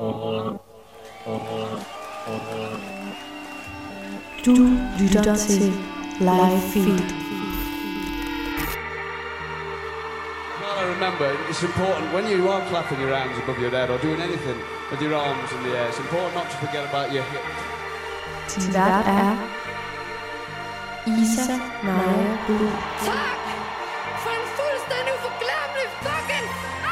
Du lytter til Live Feed. Well, I remember it's important when you are clapping your hands above your head or doing anything with your arms in the air. It's important not to forget about your hips. Din vært er Isa Naja Buhl. Tak for en fuldstændig uforglemmelig fucking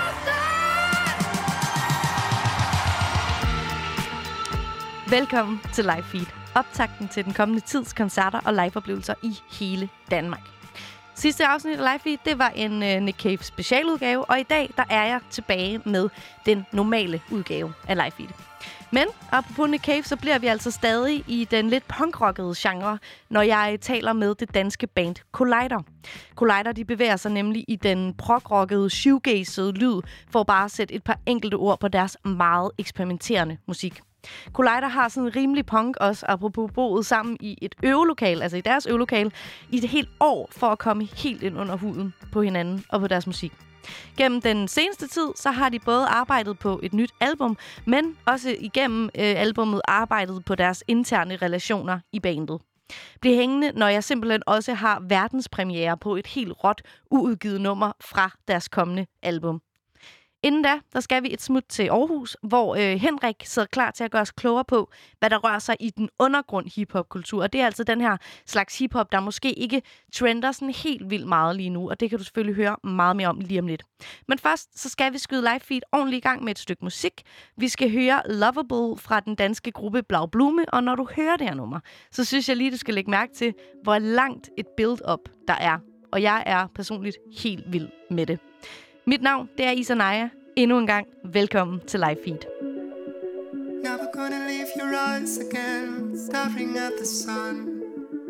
aften! Velkommen til Live Feed. Optakten til den kommende tids koncerter og liveoplevelser i hele Danmark. Sidste afsnit af Live Feed, det var en Nick Cave specialudgave, og i dag der er jeg tilbage med den normale udgave af Live Feed. Men apropos Nick Cave, så bliver vi altså stadig i den lidt punkrockede genre, når jeg taler med det danske band Collider. Collider, de bevæger sig nemlig i den prog-rockede, shoegazede lyd, for bare at sætte et par enkelte ord på deres meget eksperimenterende musik. Collider har sådan en rimelig punk også, apropos boet sammen i et øvelokal, altså i deres øvelokal, i et helt år for at komme helt ind under huden på hinanden og på deres musik. Gennem den seneste tid, så har de både arbejdet på et nyt album, men også igennem albummet arbejdet på deres interne relationer i bandet. Bliv hængende, når jeg simpelthen også har verdenspremiere på et helt råt, uudgivet nummer fra deres kommende album. Inden da, der skal vi et smut til Aarhus, hvor Henrik sidder klar til at gøre os klogere på, hvad der rører sig i den undergrund hiphop-kultur. Og det er altså den her slags hiphop, der måske ikke trender sådan helt vildt meget lige nu, og det kan du selvfølgelig høre meget mere om lige om lidt. Men først, så skal vi skyde Live Feed ordentligt i gang med et stykke musik. Vi skal høre Lovable fra den danske gruppe Blau Blume, og når du hører det her nummer, så synes jeg lige, du skal lægge mærke til, hvor langt et build-up der er. Og jeg er personligt helt vild med det. Mit navn, det er Isa Naja. Endnu en gang, velkommen til Live Feed. Never gonna leave your eyes again, staring at the sun.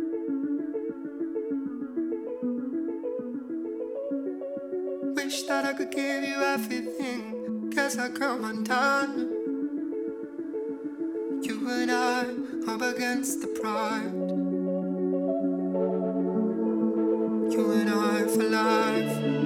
Wish that I could give you everything, guess I come undone. You and I, up against the pride. You and I for life.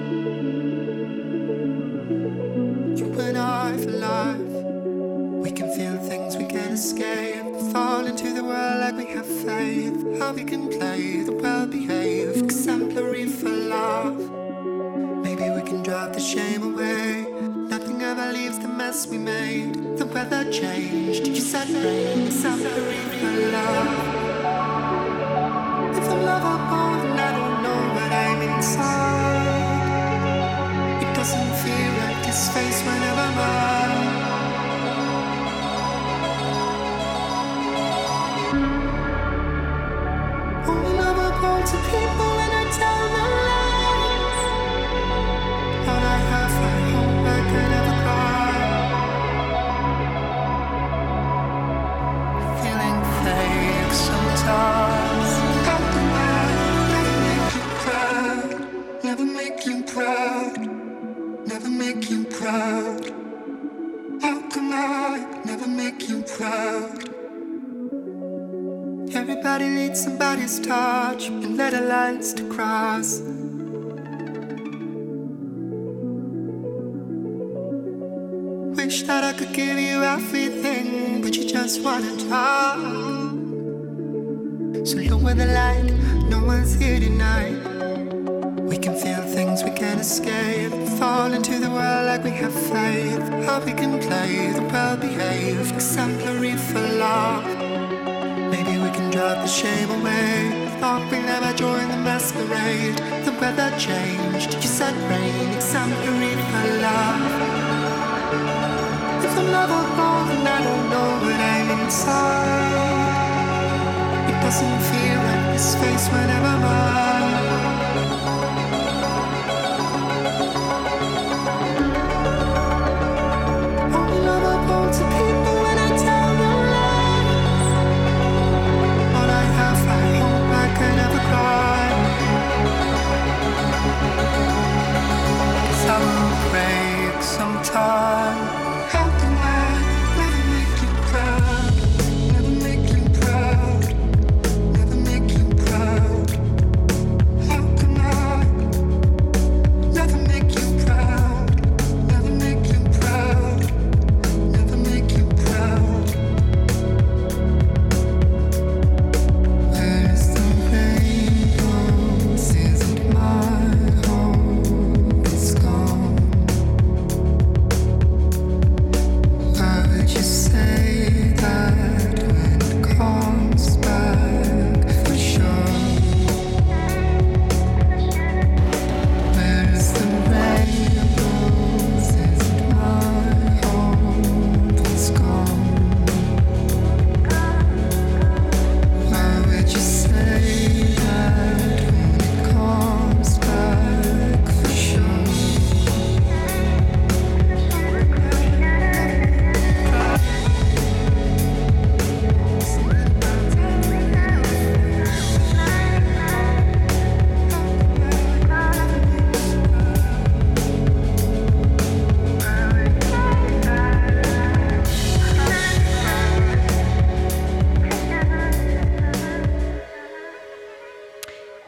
You and I for life. We can feel things we can't escape. Fall into the world like we have faith. How we can play the well-behaved, exemplary for love. Maybe we can drive the shame away. Nothing ever leaves the mess we made. The weather changed, you said rain, exemplary for love. If I'm lovable, then I don't know what I'm inside. It doesn't feel like this face whenever mine. Only lovable to people when I tell them lies. All I have, I hope I can never cry. Feeling fake sometimes. How can I never make you proud? Never make you proud. Never make you proud. How can I never make you proud? Everybody needs somebody's touch and letter lines to cross. Wish that I could give you everything, but you just wanna talk. So lower the light, no one's here tonight. We can feel things we can't escape. Fall into the world like we have faith. How we can play the well-behaved, exemplary for love. Maybe we can drive the shame away. Thought we never joined the masquerade. The weather changed, you said rain, exemplary for love. If I'm lovable, then I don't know what I'm inside. It doesn't feel like this face whenever mine. To people when I tell them lies. All I have, I hope I can never cry. 'Cause I will break sometime. How can I never make you proud? Never make you proud. Never make you proud.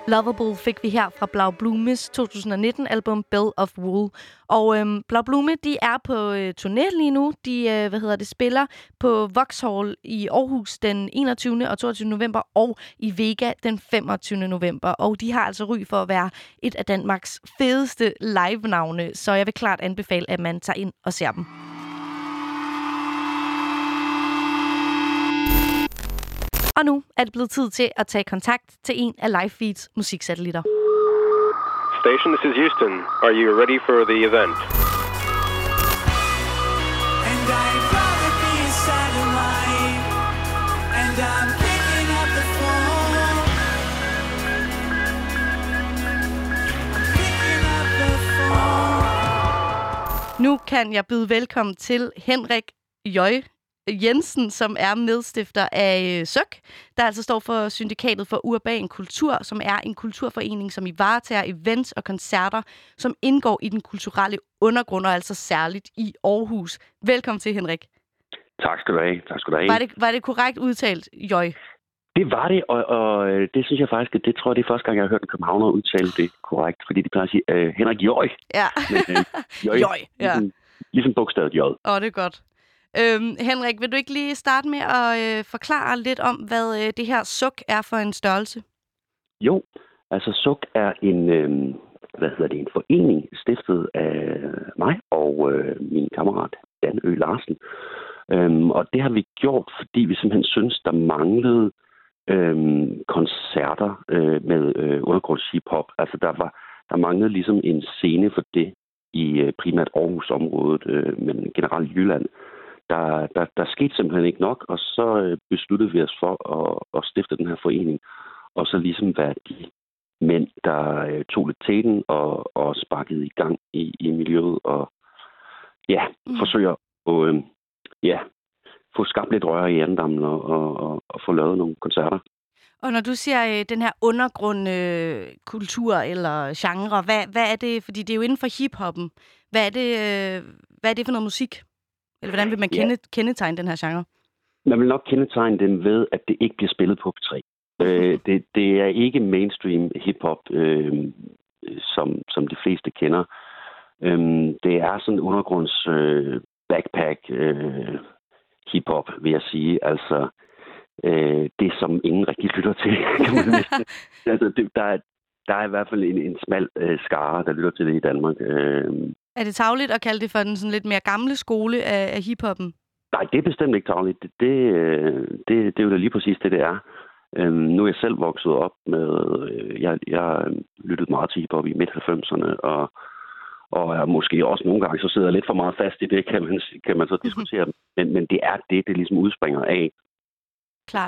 Lovable fik vi her fra Blau Blumes 2019-album Bell of Wool. Og Blau Blume, de er på turné lige nu. De spiller på Vauxhall i Aarhus den 21. og 22. november og i Vega den 25. november. Og de har altså ry for at være et af Danmarks fedeste live-navne, så jeg vil klart anbefale, at man tager ind og ser dem. Og nu er det blevet tid til at tage kontakt til en af Live Feeds musiksatellitter. Station, this is Houston. Are you ready for the event? And I'd rather be a satellite. And I'm picking up the phone. I'm picking up the phone. Nu kan jeg byde velkommen til Henrik Jøj Jensen, som er medstifter af SØK, der altså står for Syndikatet for Urban Kultur, som er en kulturforening, som i varetager events og koncerter, som indgår i den kulturelle undergrund, og altså særligt i Aarhus. Velkommen til, Henrik. Tak skal du have. Tak skal du have. Var det korrekt udtalt, Jøj? Det var det, og det synes jeg faktisk, det tror jeg, det er første gang, jeg har hørt en københavner udtale det korrekt, fordi de plejer at sige, Henrik Jøj. Ja. Men, Jøj, ja. Ligesom bogstavet J. Det er godt. Henrik, vil du ikke lige starte med at forklare lidt om, hvad det her SØK er for en størrelse? Jo, altså SØK er en forening stiftet af mig og min kammerat Dan Ø. Larsen. Og det har vi gjort, fordi vi simpelthen synes, der manglede koncerter med undergrunds hiphop. Altså der manglede ligesom en scene for det i primært Aarhus-området, men generelt Jylland. Der skete simpelthen ikke nok, og så besluttede vi os for at stifte den her forening, og så ligesom være de mænd, der tog lidt teten og sparkede i gang i miljøet, og forsøger at få skabt lidt røre i andammen og få lavet nogle koncerter. Og når du siger den her undergrund kultur eller genre, hvad er det? Fordi det er jo inden for hiphoppen. Hvad er det for noget musik? Eller hvordan vil man kendetegne den her genre? Man vil nok kendetegne den ved, at det ikke bliver spillet på P3. Det er ikke mainstream hiphop, som de fleste kender. Det er sådan undergrunds backpack hiphop, vil jeg sige. Altså, det som ingen rigtig lytter til, kan man næsten. Altså, der er i hvert fald en smal skare, der lytter til det i Danmark. Er det tarveligt at kalde det for den sådan lidt mere gamle skole af hiphoppen? Nej, det er bestemt ikke tarveligt. Det er jo da lige præcis det er. Nu er jeg selv vokset op med... Jeg lyttede meget til hiphop i midt-90'erne, og måske også nogle gange, så sidder jeg lidt for meget fast i det, kan man så diskutere. Men det er det ligesom udspringer af. Klart.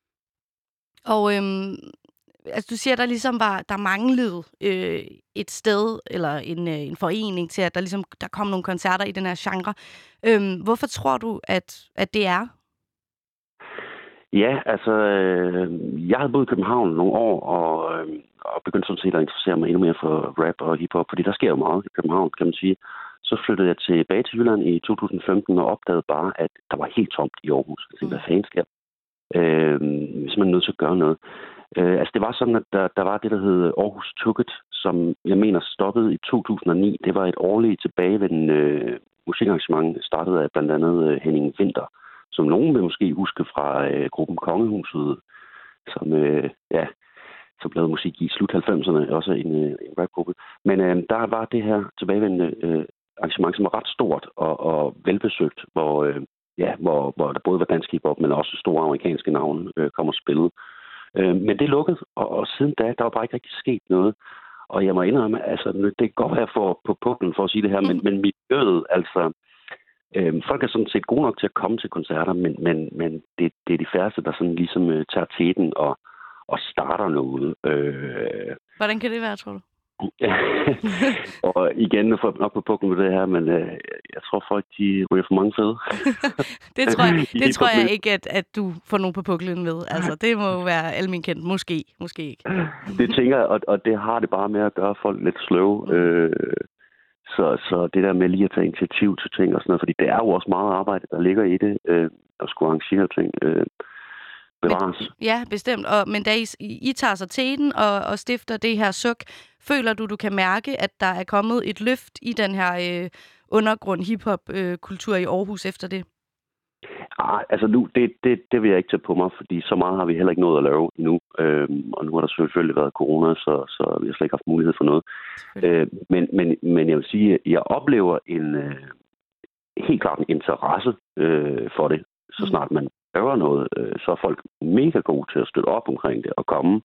Altså, du siger, der ligesom der manglede et sted eller en forening til, at der kom nogle koncerter i den her genre. Hvorfor tror du, at det er? Ja, altså, jeg havde boet i København nogle år, og begyndte sådan set at interessere mig endnu mere for rap og hiphop, fordi der sker jo meget i København, kan man sige. Så flyttede jeg tilbage til Jylland i 2015 og opdagede bare, at der var helt tomt i Aarhus. Jeg tænkte, hvad fanden sker? Hvis man er nødt til at gøre noget. Altså det var sådan, at der var det, der hed Aarhus Took It, som jeg mener stoppede i 2009. Det var et årligt tilbagevendende musikarrangement, startet af blandt andet Henning Winther, som nogen vil måske huske fra gruppen Kongehuset, som lavede musik i slut 90'erne, også en rapgruppe. Men der var det her tilbagevendende arrangement, som var ret stort og velbesøgt, hvor der både var dansk hiphop, men også store amerikanske navne kom og spillede. Men det lukkede, og siden da, der var bare ikke rigtig sket noget. Og jeg må indrømme, altså, det kan godt være, at jeg får på puklen for at sige det her, men miljøet, altså, folk er sådan set gode nok til at komme til koncerter, men det er de færreste, der sådan ligesom tager teten og starter noget. Hvordan kan det være, tror du? Og igen, nu får jeg nok på puklen med det her, men jeg tror folk, de ryger for mange fede. det tror jeg ikke, at du får nogen på puklen ved. Altså, det må jo være alminkendt. Måske ikke. Det tænker jeg, og det har det bare med at gøre folk lidt sløve. Så det der med lige at tage initiativ til ting og sådan noget, fordi det er jo også meget arbejde, der ligger i det, at skulle arrangere ting. bevares. Ja, bestemt. Men da I tager sig til den og stifter det her suk, føler du kan mærke, at der er kommet et løft i den her undergrund hiphop-kultur i Aarhus efter det? Altså nu, det vil jeg ikke tage på mig, fordi så meget har vi heller ikke nået at lave endnu. Og nu har der selvfølgelig været corona, så vi har slet ikke haft mulighed for noget. Men jeg vil sige, at jeg oplever helt klart en interesse for det. Så snart man laver noget, så er folk mega gode til at støtte op omkring det og komme.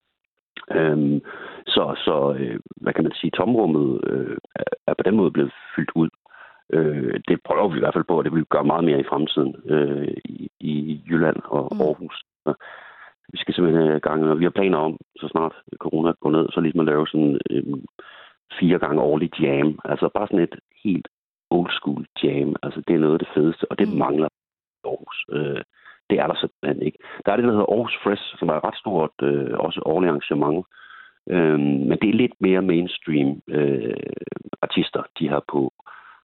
Så hvad kan man sige, tomrummet er på den måde blevet fyldt ud. Det prøver vi i hvert fald på, og det vil gøre meget mere i fremtiden i Jylland og Aarhus. Vi skal simpelthen have gang, og vi har planer om, så snart corona går ned, så ligesom at lave sådan 4 gange årlig jam. Altså bare sådan et helt old school jam. Altså det er noget af det fedeste, og det mangler Aarhus. Det er der simpelthen ikke. Der er det, der hedder Aarhus Fresh, som er et ret stort også årligt arrangement. Men det er lidt mere mainstream artister, de har på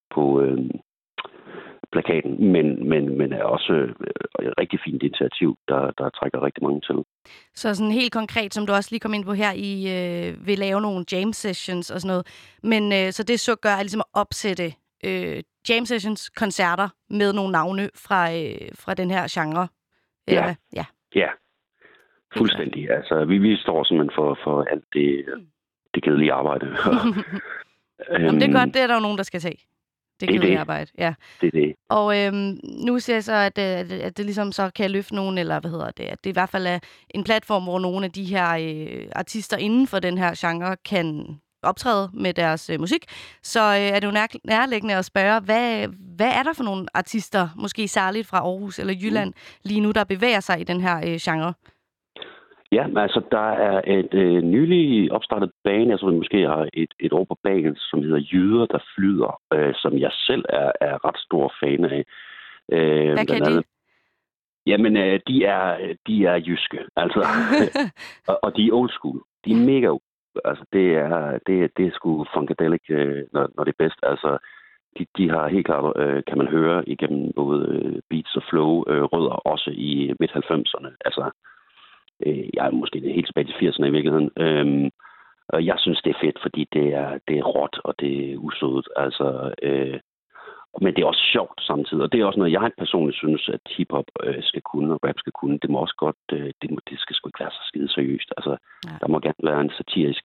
plakaten, men er også et rigtig fint initiativ, der trækker rigtig mange til. Så sådan helt konkret, som du også lige kom ind på her, I vil lave nogle jam sessions og sådan noget. Men så det så gør er ligesom at opsætte jam sessions, koncerter med nogle navne fra den her genre. Ja. Fuldstændig. Altså, vi står simpelthen for alt det kedelige arbejde. Jamen, det er godt, det er der jo nogen, der skal tage. Det er det arbejde, ja. Det er det. Og nu siger jeg så, at det ligesom så kan løfte nogen, eller hvad hedder det, at det i hvert fald er en platform, hvor nogle af de her artister inden for den her genre kan optræde med deres musik. Så er det jo nærliggende at spørge, hvad er der for nogle artister, måske særligt fra Aarhus eller Jylland, lige nu, der bevæger sig i den her genre? Ja, altså der er et nylig opstartet band, jeg tror måske har et år på bagen, som hedder Jyder, der flyder, som jeg selv er ret stor fan af. Hvad kan de? Jamen, de er jyske, altså, og de er old school. De er mega old. Altså, det er sgu funkadelic, når det er bedst. Altså, de har helt klart, kan man høre igennem både beats og flow, rødder også i midt-90'erne. Altså, jeg er måske helt tilbage til 80'erne i virkeligheden. Og jeg synes, det er fedt, fordi det er råt, og det er usødet. Altså, men det er også sjovt samtidig. Og det er også noget, jeg personligt synes, at hiphop skal kunne, og rap skal kunne. Det må også godt, det skal sgu ikke være så skide seriøst. Altså, der må gerne være en satirisk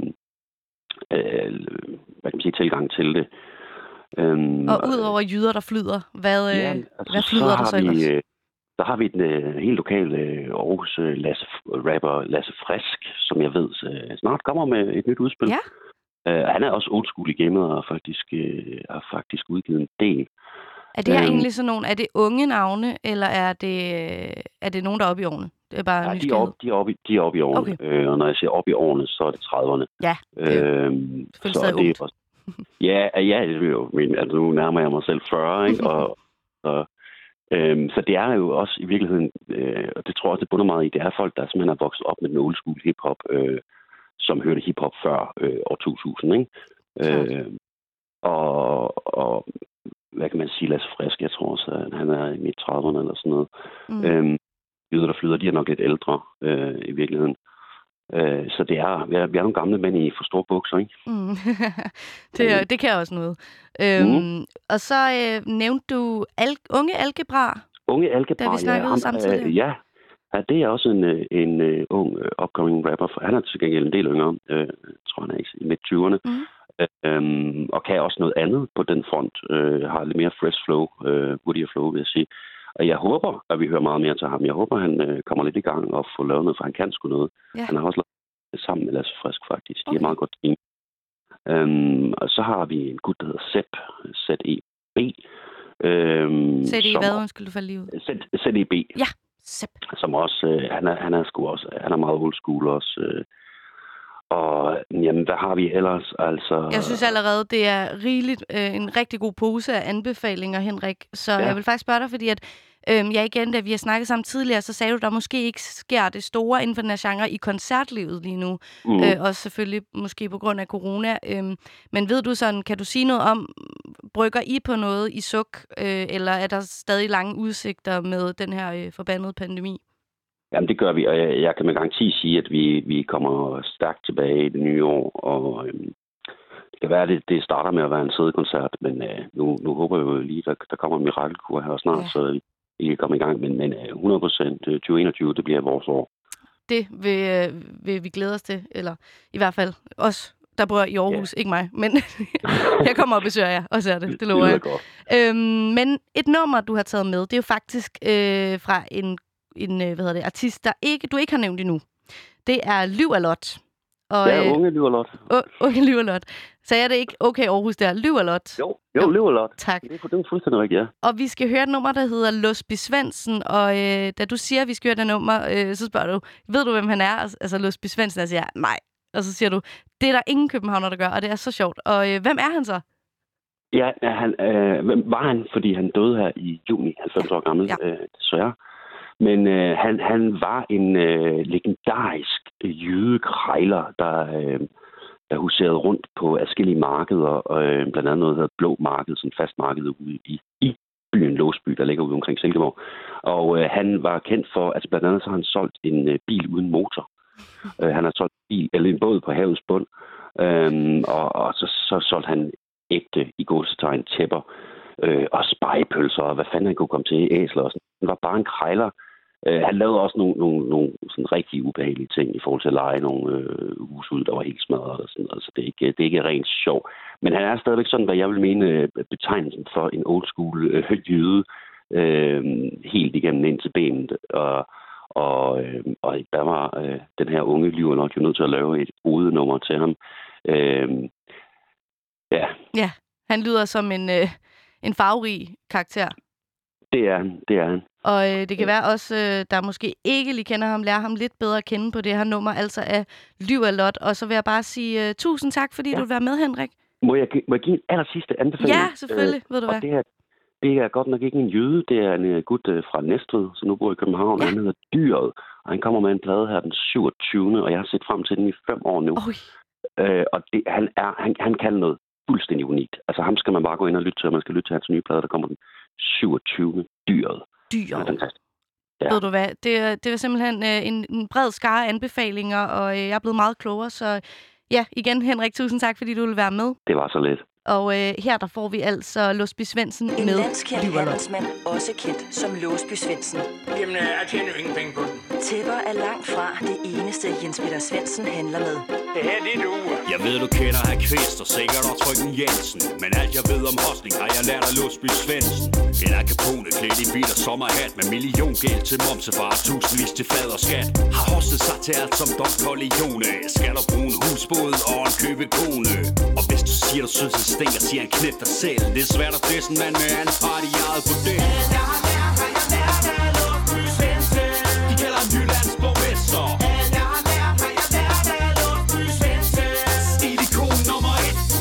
hvad kan man sige, tilgang til det. Og udover Jyder, der flyder, hvad flyder der så ellers? Der har vi den helt lokale Aarhus rapper Lasse Frisk, som jeg ved snart kommer med et nyt udspil. Ja. Han er også old school i gamet og har faktisk udgivet en del. Er det her egentlig sådan nogle, er det unge navne, eller er det nogen, der er oppe i årene? Det er bare nysgerrighed. De er oppe i årene. Okay. Og når jeg siger oppe i årene, så er det 30'erne. Ja, det er så det er også, ja, det er jo, men altså, nu nærmer jeg mig selv 40, ikke? Så det er jo også i virkeligheden, og det tror jeg også, det bunder meget i, det er folk, der simpelthen har vokset op med den old school hiphop, som hørte hiphop før år 2000, ikke? Og hvad kan man sige, Lasse Frisk, jeg tror også, han er i midt-30'erne eller sådan noget. Jyder, der flyder, de er nok lidt ældre i virkeligheden. Så vi er nogle gamle mænd i for store bukser, ikke? Det kan også noget. Og så nævnte du Unge Algebra. Unge Algebra, da vi snakkede samtidig. Ja, det er også en ung upcoming rapper. Han er til gengæld en del yngre. Tror han er i midt-20'erne. Og kan også noget andet på den front. Har lidt mere fresh flow, woody flow, vil jeg sige. Og jeg håber, at vi hører meget mere til ham. Jeg håber, han kommer lidt i gang og får lavet noget, for han kan sgu noget. Ja. Han har også lavet det sammen med Lasse Frisk, faktisk. De er meget godt team. Og så har vi en gut, der hedder ZEB. ZEB hvad? Undskyld, du faldt lige ud. ZEB. Ja, Sepp. Som også, han er sgu også, han er meget old school også. Og jamen, hvad har vi ellers? Altså, jeg synes allerede, det er rigeligt en rigtig god pose af anbefalinger, Henrik. Så jeg vil faktisk spørge dig, fordi at igen, da vi har snakket sammen tidligere, så sagde du, der måske ikke sker det store inden for den her genre i koncertlivet lige nu. Også selvfølgelig måske på grund af corona. Men ved du sådan, kan du sige noget om, brygger I på noget i suk, eller er der stadig lange udsigter med den her forbandede pandemi? Jamen, det gør vi, og jeg kan med garanti sige, at vi kommer stærkt tilbage i det nye år, og det kan være, at det starter med at være en sædekoncert, men nu håber jeg jo lige, at der kommer en mirakelkur her snart, så vi kan komme i gang, men 100% 2021, det bliver vores år. Det vil vi glæde os til, eller i hvert fald os, der bor i Aarhus, ikke mig, men jeg kommer og besøger jer og ser det lover jeg. Men et nummer, du har taget med, det er jo faktisk fra en artist, du ikke har nævnt endnu. Det er Liv og Lot. Og, Unge Liv og Lot. Unge Liv og Lot. Så er det ikke okay Aarhus der? Liv og Lot. Jo, Liv og Lot. Tak. Det er fuldstændig rigtigt, ja. Og vi skal høre et nummer, der hedder Låsby Svendsen, og da du siger, at vi skal høre det nummer, så spørger du, ved du, hvem han er? Altså Låsby Svendsen, og siger nej. Og så siger du, det er der ingen københavner, der gør, og det er så sjovt. Og hvem er han så? Ja, hvem var han? Fordi han døde her i juni, 90 år gammel, desværre. Men han var en legendarisk jydekrejler, der huserede rundt på forskellige markeder, blandt andet noget, der hedder Blå Marked, sådan fast marked ude i byen Låsby, der ligger ude omkring Silkeborg. Og han var kendt for, altså blandt andet så har han solgt en bil uden motor. Han har solgt en båd på havets bund, og så solgte han ægte i gåsetegn tæpper og spegepølser, og hvad fanden han kunne komme til, æsler og sådan. Han var bare en krejler. Han lavede også nogle sådan rigtig ubehagelige ting i forhold til at lege nogle hus ud, der var helt smadret og sådan noget. Så det er ikke rent sjov. Men han er stadigvæk sådan, hvad jeg vil mene betegnelsen for en old school jyde helt igennem ind til benet. Og der var den her unge Liv og Lot jo nødt til at lave et hovednummer til ham. Ja, han lyder som en farverig karakter. Det er han. Og det kan være også, der måske ikke lige kender ham, lærer ham lidt bedre at kende på det her nummer, altså af Liv og Lot. Og så vil jeg bare sige tusind tak, fordi du vil være med, Henrik. Må jeg give en allersidste anbefaling? Ja, selvfølgelig. Ved du hvad? Det er godt nok ikke en jøde, det er en gut fra Næstved, som nu bor i København, og han hedder Dyret. Og han kommer med en plade her den 27. og jeg har set frem til den i 5 år nu. Og han kan noget fuldstændig unikt. Altså ham skal man bare gå ind og lytte til, og man skal lytte til hans nye plade, der kommer den 27. Dyret. Ja, fantastisk. Ja. Ved du hvad, det var simpelthen en bred skare anbefalinger, og jeg er blevet meget klogere, så ja, igen Henrik, tusind tak, fordi du ville være med. Det var så lidt. Og her der får vi altså Låsby Svendsen med Liv og Lot. En landskendt handelsmand, også kendt som Låsby Svendsen. Jamen, jeg tjener jo ingen penge på den. Tæpper er langt fra det eneste, Jens Peter Svendsen handler med. Det her, det er du. Jeg ved, du kender Herr Kvist og sikkert og Frøken Jensen. Men alt jeg ved om hostling har jeg lært af Låsby Svendsen. En Al Capone klædt i hvidt og sommerhat med milliongæld til momsefar, tusindvis til fad og skat. Har hostet sig til alt som Don Corleone. Skal og bruge en husbåd og en købekone. Og hvis du siger, du synes, det stinker, siger han knæft dig selv. Det er svært at disse en mand med anden part i eget på det. Jeg har lært af Låsby Svendsen. De kalder ham Jyllands borgmester. Jeg har lært af Låsby Svendsen. Stilikon nummer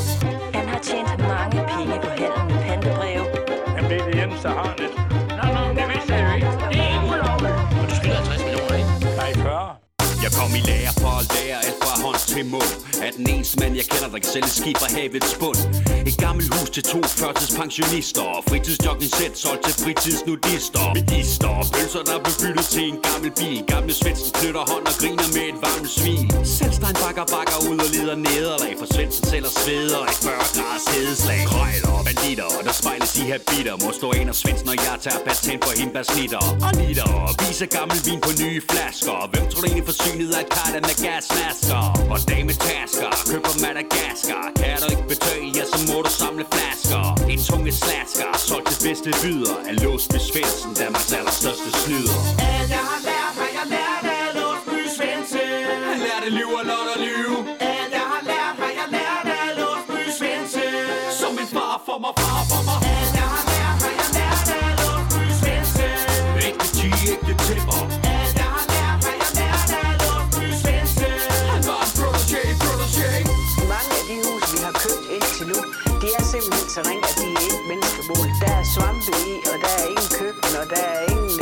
1. Han har tjent mange penge på handel med pantebreve. Jamen, det er det eneste, jeg har lidt. Nå, det vidste jeg jo ikke. Det er ikke ulovligt. Og du skylder 50 millioner, ikke? Nej, 40. Jeg kom i lære for at lære alt fra hånd til mund. Er den eneste mand, jeg kender, der kan sælge skib fra havets bund. Et gammelt hus til 2 førtidspensionister. Fritidsjogging-sæt solgt til fritidsnudister. Medister og pølser, der blev byttet til en gammel bil. Gamle Svendsen knytter hånd og griner med et varmt smil. Selvstein bakker ud og leder nederlag. For Svendsen sælger sveder i 40 graders hedeslag. Krejler og banditter, der spejles i habiter. Må stå ind og Svendsen og jeg tager patent på hindbærsnitter. Og nitter og viser gammel vin på nye flasker. Hvem tror du egentlig forsynet af karter med gasmasker? Og dametasker, køber Madagaskar. Kan du ikke betale, ja så må du samle flasker. En tunge slasker, solgt til bedste byder. Af Låsby Svendsen, Danmarks allerstørste snyder. Alt jeg har lært af Låsby Svendsen. Han lærte Liv og Lot og lyve. Alt jeg har lært af Låsby Svendsen. Som min far for mig. Alt jeg har lært af Låsby Svendsen. Ægte G, ægte tæpper. Alt jeg har lært af Låsby Svendsen. Han var en protégé. Mange af de huse, vi har købt indtil nu, de er simpelthen så ringe, at de er ikke menneskebolig. Der er svampe i, og der er ingen køkken, og der er ingen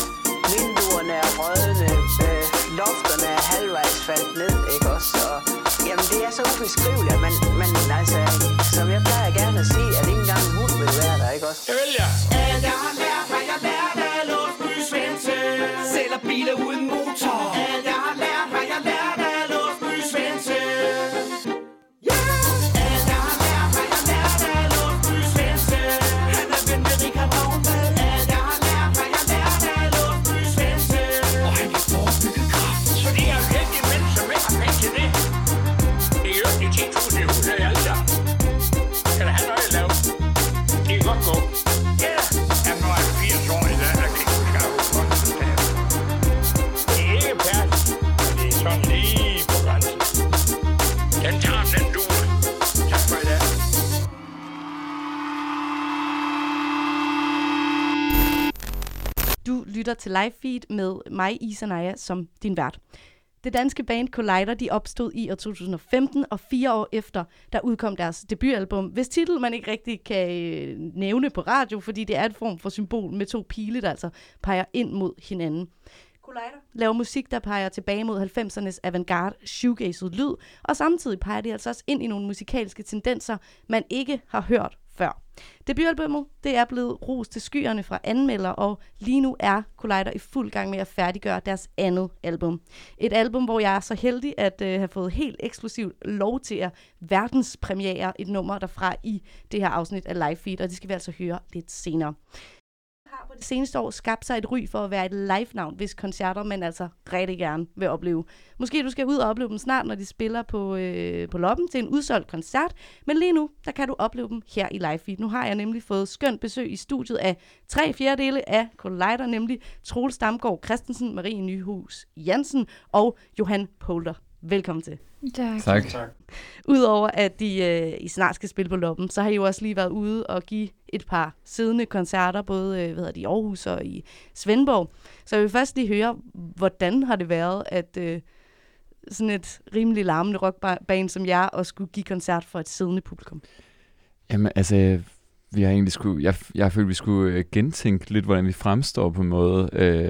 vinduerne er rødne, lofterne er halvvejs faldt ned, ikke også? Og, jamen, det er så ubeskriveligt, men altså, som jeg plejer gerne at sige, at ikke engang en hund vil være der, ikke også? Det vil jeg. Alt jeg har lært af Låsby Svendsen. Sælger biler uden motor. Du lytter til Live Feed med mig, Isa Naja, som din vært. Det danske band Collider, de opstod i år 2015, og 4 år efter, der udkom deres debutalbum, hvis titel man ikke rigtig kan nævne på radio, fordi det er et form for symbol med 2 pile, der altså peger ind mod hinanden. Collider laver musik, der peger tilbage mod 90'ernes avantgarde, shoegazed lyd, og samtidig peger de altså også ind i nogle musikalske tendenser, man ikke har hørt før. Debutalbummet, det er blevet rost til skyerne fra anmeldere, og lige nu er Collider i fuld gang med at færdiggøre deres andet album. Et album, hvor jeg er så heldig at have fået helt eksklusivt lov til at verdenspremiere et nummer derfra i det her afsnit af Live Feed, og det skal vi altså høre lidt senere. Har på det seneste år skabt sig et ry for at være et live-navn, hvis koncerter man altså rigtig gerne vil opleve. Måske du skal ud og opleve dem snart, når de spiller på Loppen til en udsolgt koncert, men lige nu, der kan du opleve dem her i Live Feed. Nu har jeg nemlig fået skønt besøg i studiet af 3/4 af Collider, nemlig Troels Damgaard Christensen, Marie Nyhus Jensen og Johan Polder. Velkommen til. Tak. Udover at I snart skal spille på Loppen, så har I jo også lige været ude og give et par siddende koncerter, både i Aarhus og i Svendborg. Så jeg vil først lige høre, hvordan har det været, at sådan et rimelig larmende rockband som jer, og skulle give koncert for et siddende publikum? Jamen altså, vi har egentlig jeg har følt, vi skulle gentænke lidt, hvordan vi fremstår på en måde.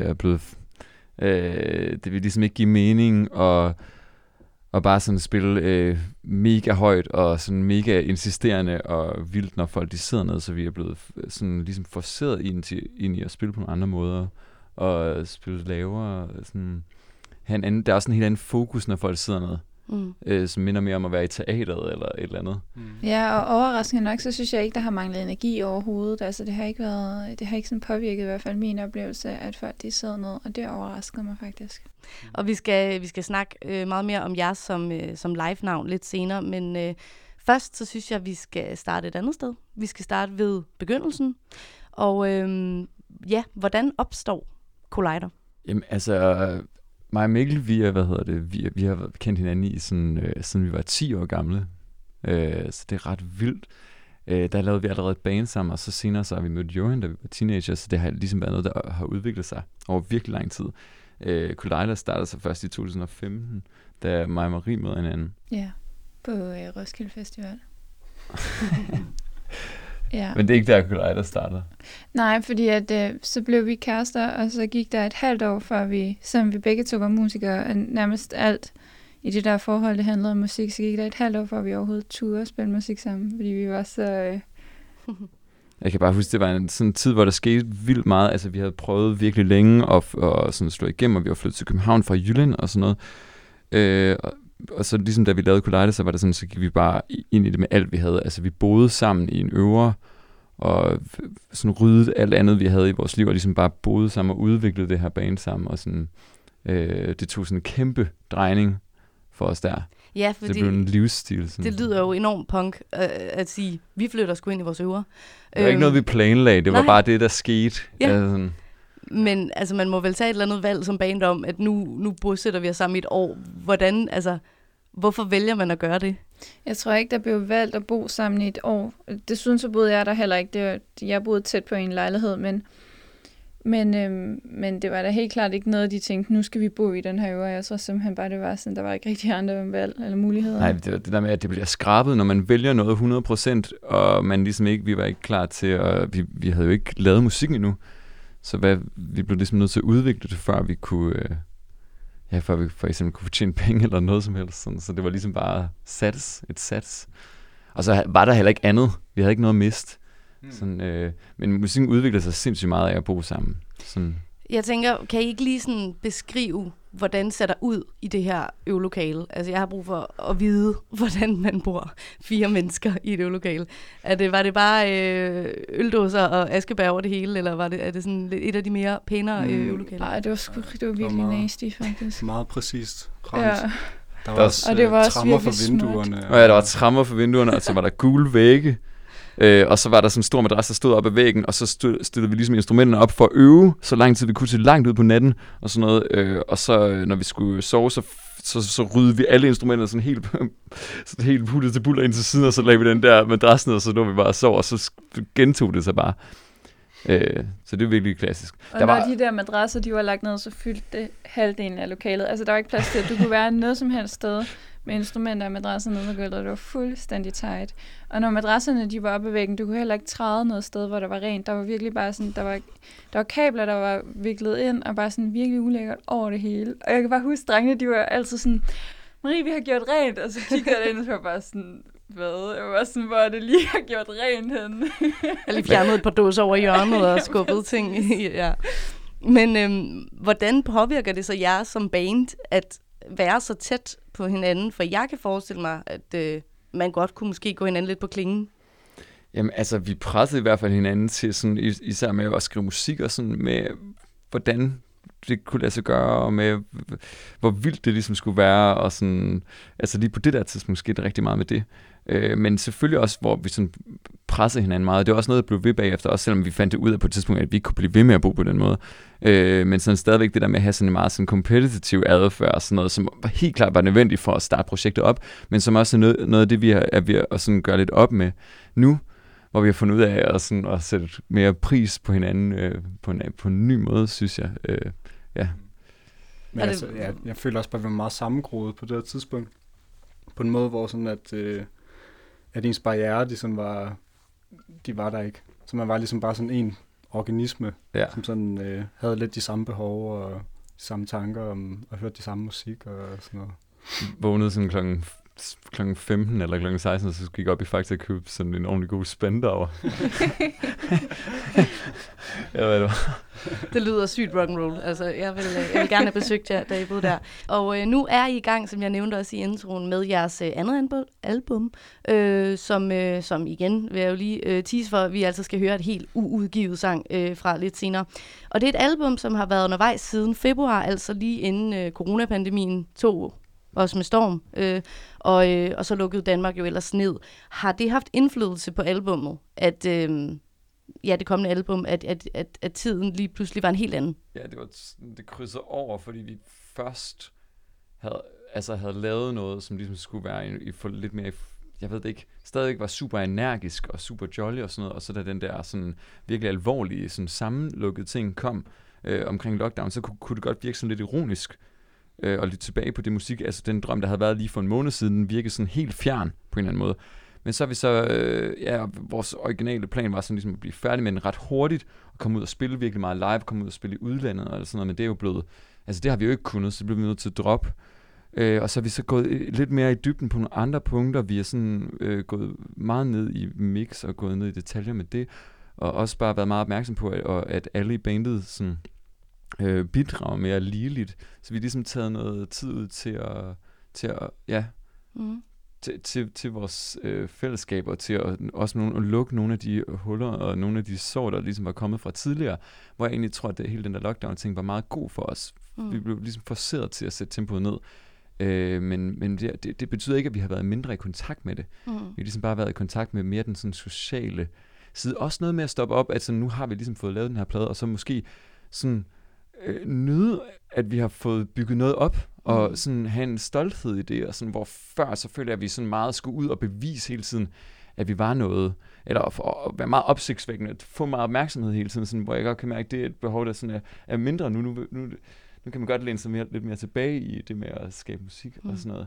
Det vil ligesom ikke give mening, og bare sådan spille mega højt og sådan mega insisterende og vildt, når folk de sidder ned, så vi er blevet sådan ligesom forceret ind i at spille på nogle andre måder og spille lavere. Sådan, der er også en helt anden fokus, når folk sidder ned. Som minder mere om at være i teateret eller et eller andet. Ja, og overraskende nok, så synes jeg ikke, der har manglet energi overhovedet. Altså, det har ikke sådan påvirket i hvert fald min oplevelse, at folk de sidder ned, og det overraskede mig faktisk. Og vi skal snakke meget mere om jer som live-navn lidt senere, men først så synes jeg, at vi skal starte et andet sted. Vi skal starte ved begyndelsen. Og hvordan opstår Collider? Jamen altså, mig og Mikkel, vi har kendt hinanden siden vi var 10 år gamle. Så det er ret vildt. Der lavede vi allerede et band sammen, og så senere så har vi mødt Johan, da vi var teenager, så det har ligesom været noget, der har udviklet sig over virkelig lang tid. Collider startede sig først i 2015, da mig og Marie mødte hinanden. Ja, på Roskilde Festival. Ja. Men det er ikke der, Collider startede? Nej, fordi så blev vi kærester, og så gik der et halvt år, før vi begge to var musikere, og nærmest alt i det der forhold, det handlede om musik, så gik der et halvt år, før vi overhovedet turde spille musik sammen, fordi vi var så... Jeg kan bare huske, det var sådan en tid, hvor der skete vildt meget. Altså, vi havde prøvet virkelig længe at sådan slå igennem, og vi var flyttet til København fra Jylland og sådan noget. Og så ligesom da vi lavede Collider, så var det sådan, så gik vi bare ind i det med alt, vi havde. Altså, vi boede sammen i en øvre, og sådan ryddede alt andet, vi havde i vores liv, og ligesom bare boede sammen og udviklede det her band sammen, og sådan, det tog sådan en kæmpe drejning for os der. Ja, fordi det blev en livsstil. Sådan. Det lyder jo enormt punk at sige, vi flytter sgu ind i vores øvre. Det var ikke noget, vi planlagde, det var bare det, der skete. Ja. Altså, men altså, man må vel tage et eller andet valg som band om, at nu bosætter vi os sammen i et år. Hvorfor vælger man at gøre det? Jeg tror ikke, der blev valgt at bo sammen i et år. Desuden så boede jeg der heller ikke. Jeg boede tæt på en lejlighed, men det var da helt klart ikke noget, de tænkte, nu skal vi bo i den her øvre. Jeg tror simpelthen bare, det var sådan, der var ikke rigtig andre valg eller muligheder. Nej, det der med, at det bliver skrabet, når man vælger noget 100%, og man ligesom ikke, vi var ikke klar til at, vi havde jo ikke lavet musikken endnu. Så vi blev ligesom nødt til at udvikle det, før vi kunne, før vi for eksempel kunne tjene penge eller noget som helst. Sådan. Så det var ligesom bare et sats. Og så var der heller ikke andet. Vi havde ikke noget at miste. Sådan, men musikken udviklede sig sindssygt meget af at bo sammen. Sådan. Jeg tænker, kan I ikke lige sådan beskrive, hvordan det ser der ud i det her øvelokale? Altså, jeg har brug for at vide, hvordan man bor 4 mennesker i et øvelokale. Var det bare øldåser og askebær over det hele, eller er det sådan et af de mere pænere øvelokaler? Nej, det var virkelig nasty, faktisk. Meget præcist. Ja. Der var også, og det var også trammer for vinduerne. Ja, der var trammer for vinduerne, og så var der gule vægge. Og så var der sådan en stor madras, der stod op ad væggen, og så stillede vi ligesom instrumenterne op for at øve, så lang tid vi kunne til langt ud på natten, og sådan noget. Og så når vi skulle sove, så ryddede vi alle instrumenter sådan helt puttet til buller ind til siden, og så lagde vi den der madras ned, og så lå vi bare og sov, og så gentog det sig bare. Så det er virkelig klassisk. Og når de der madrasser, de var lagt ned, så fyldte det halvdelen af lokalet. Altså, der var ikke plads til, at du kunne være noget som helst sted med instrumenter og madrasser nede på gulvet. Det var fuldstændig tight. Og når madrasserne, de var oppe ved væggen, du kunne heller ikke træde noget sted, hvor der var rent. Der var virkelig bare sådan, der var kabler, der var viklet ind, og bare sådan virkelig ulækkert over det hele. Og jeg kan bare huske, drengene, de var altid sådan, Marie, vi har gjort rent. Og så kiggede jeg ind, og så var bare sådan, hvad? Jeg var sådan, hvor det lige har gjort rent henne. Jeg lige fjernede et par dåser over hjørnet og skubbede ting. Ja. Men hvordan påvirker det så jer som band at være så tæt på hinanden? For jeg kan forestille mig, at man godt kunne måske gå hinanden lidt på klingen. Jamen altså, vi pressede i hvert fald hinanden til sådan, især med at skrive musik og sådan med, hvordan det kunne lade sig gøre, og med hvor vildt det ligesom skulle være, og sådan, altså lige på det der tidspunkt skete det rigtig meget med det. Men selvfølgelig også, hvor vi sådan pressede hinanden meget. Det var også noget, der blev ved bagefter, også selvom vi fandt det ud af på et tidspunkt, at vi ikke kunne blive ved med at bo på den måde. Men sådan stadigvæk det der med at have sådan en meget sådan competitive adfærd, sådan noget, som helt klart var nødvendigt for at starte projektet op, men som også er noget af det, vi er ved at sådan gøre lidt op med nu, hvor vi har fundet ud af at sætte mere pris på hinanden på en ny måde, synes jeg. Ja. Men altså, jeg føler også bare, at vi var meget sammengroet på det her tidspunkt. På en måde, hvor sådan at ens barriere, de var der ikke. Så man var ligesom bare sådan en organisme, som sådan havde lidt de samme behov og de samme tanker om at høre de samme musik og sådan noget. Vågnede sådan klokken 15 eller klokken 16, så gik jeg op i Fakta og købte sådan en ordentlig god spænd derovre. Det lyder sygt rock'n'roll. Altså, jeg vil gerne have besøgt jer, da I boede der. Og nu er I i gang, som jeg nævnte også i introen, med jeres andet album, som igen vil jeg jo lige tease for, at vi altså skal høre et helt uudgivet sang fra lidt senere. Og det er et album, som har været undervejs siden februar, altså lige inden coronapandemien tog os med storm, og så lukkede Danmark jo ellers ned. Har det haft indflydelse på albummet, at det kommende album, at tiden lige pludselig var en helt anden? Ja, det krydsede over, fordi vi først havde lavet noget, som ligesom skulle være lidt mere, jeg ved det ikke, stadig var super energisk og super jolly og sådan noget, og så da den der sådan virkelig alvorlige, sådan sammenlukkede ting kom omkring lockdown, så kunne det godt virke sådan lidt ironisk, og lidt tilbage på det musik, altså den drøm, der havde været lige for en måned siden, virkede sådan helt fjern på en eller anden måde. Men så er vi vores originale plan var sådan ligesom at blive færdig med den ret hurtigt, og komme ud og spille virkelig meget live, komme ud og spille i udlandet og sådan noget, men det er jo blevet, altså det har vi jo ikke kunnet, så blev vi nødt til at droppe. Og så er vi så gået lidt mere i dybden på nogle andre punkter, vi er sådan gået meget ned i mix og gået ned i detaljer med det, og også bare været meget opmærksom på, at alle i bandet sådan bidrager mere ligeligt, så vi har ligesom taget noget tid ud til vores fællesskaber, til at også at lukke nogle af de huller og nogle af de sår, der ligesom var kommet fra tidligere, hvor jeg egentlig tror, at hele den der lockdown-ting var meget god for os. Vi blev ligesom forceret til at sætte tempoet ned. Men det betyder ikke, at vi har været mindre i kontakt med det. Vi har ligesom bare været i kontakt med mere den sådan sociale side. Også noget med at stoppe op, at sådan, nu har vi ligesom fået lavet den her plade, og så måske sådan nyde, at vi har fået bygget noget op, og sådan have en stolthed i det, og sådan, hvor før så følte jeg, at vi sådan meget skulle ud og bevise hele tiden, at vi var noget, eller at være meget opsigtsvækkende, at få meget opmærksomhed hele tiden, sådan, hvor jeg godt kan mærke, at det er et behov, der sådan er mindre nu kan man godt læne sig lidt mere tilbage i det med at skabe musik og sådan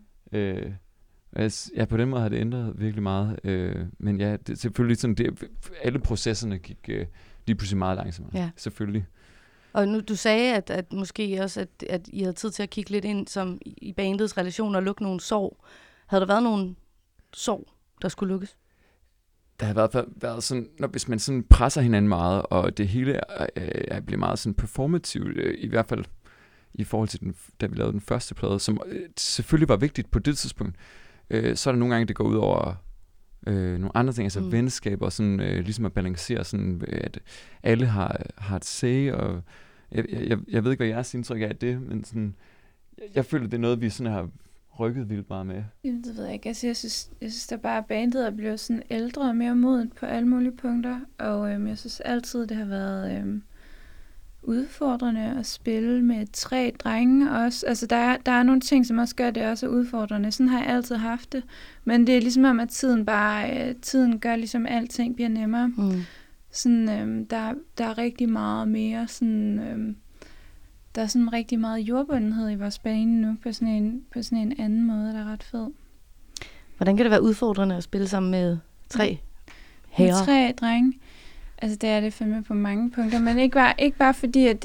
noget. På den måde har det ændret virkelig meget, men ja, det, selvfølgelig sådan, alle processerne gik lige pludselig meget langsommere, selvfølgelig. Og nu, du sagde, at måske også, at I havde tid til at kigge lidt ind som i bandets relation og lukke nogle sår. Havde der været nogle sår, der skulle lukkes? Der har været sådan, hvis man sådan presser hinanden meget, og det hele bliver meget sådan performativt, i hvert fald i forhold til da vi lavede den første plade, som selvfølgelig var vigtigt på det tidspunkt, så er der nogle gange, det går ud over nogle andre ting, altså venskaber, og sådan, ligesom at balancere, sådan, at alle har et say, og jeg ved ikke, hvad jeres indtryk er af det, men sådan, jeg føler, det er noget, vi sådan har rykket vildt meget med. Jamen, det ved jeg ikke. Altså, jeg synes der bare, bandet er blevet sådan ældre og mere modent på alle mulige punkter, og jeg synes altid, det har været udfordrende at spille med 3 drenge også. Altså, der er nogle ting, som også gør det også udfordrende. Sådan har jeg altid haft det. Men det er ligesom om, at tiden gør ligesom alting bliver nemmere. Sådan, der er rigtig meget mere sådan... der er sådan rigtig meget jordbundenhed i vores bane nu, på sådan en anden måde, der er ret fed. Hvordan kan det være udfordrende at spille sammen med 3 herrer? Med 3 drenge. Altså, det er det fandme på mange punkter, men ikke bare fordi, at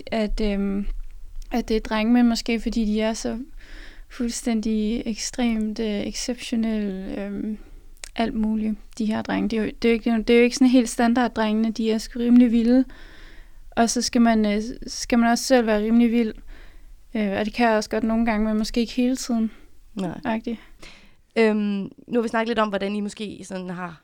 det er drenge, men måske fordi de er så fuldstændig ekstremt exceptionelle, alt muligt, de her drenge. Det er jo ikke sådan helt standard drengene, de er sgu rimelig vilde. Og så skal man også selv være rimelig vild. Og det kan jeg også godt nogle gange, men måske ikke hele tiden. Nej. Nu har vi snakket lidt om, hvordan I måske sådan har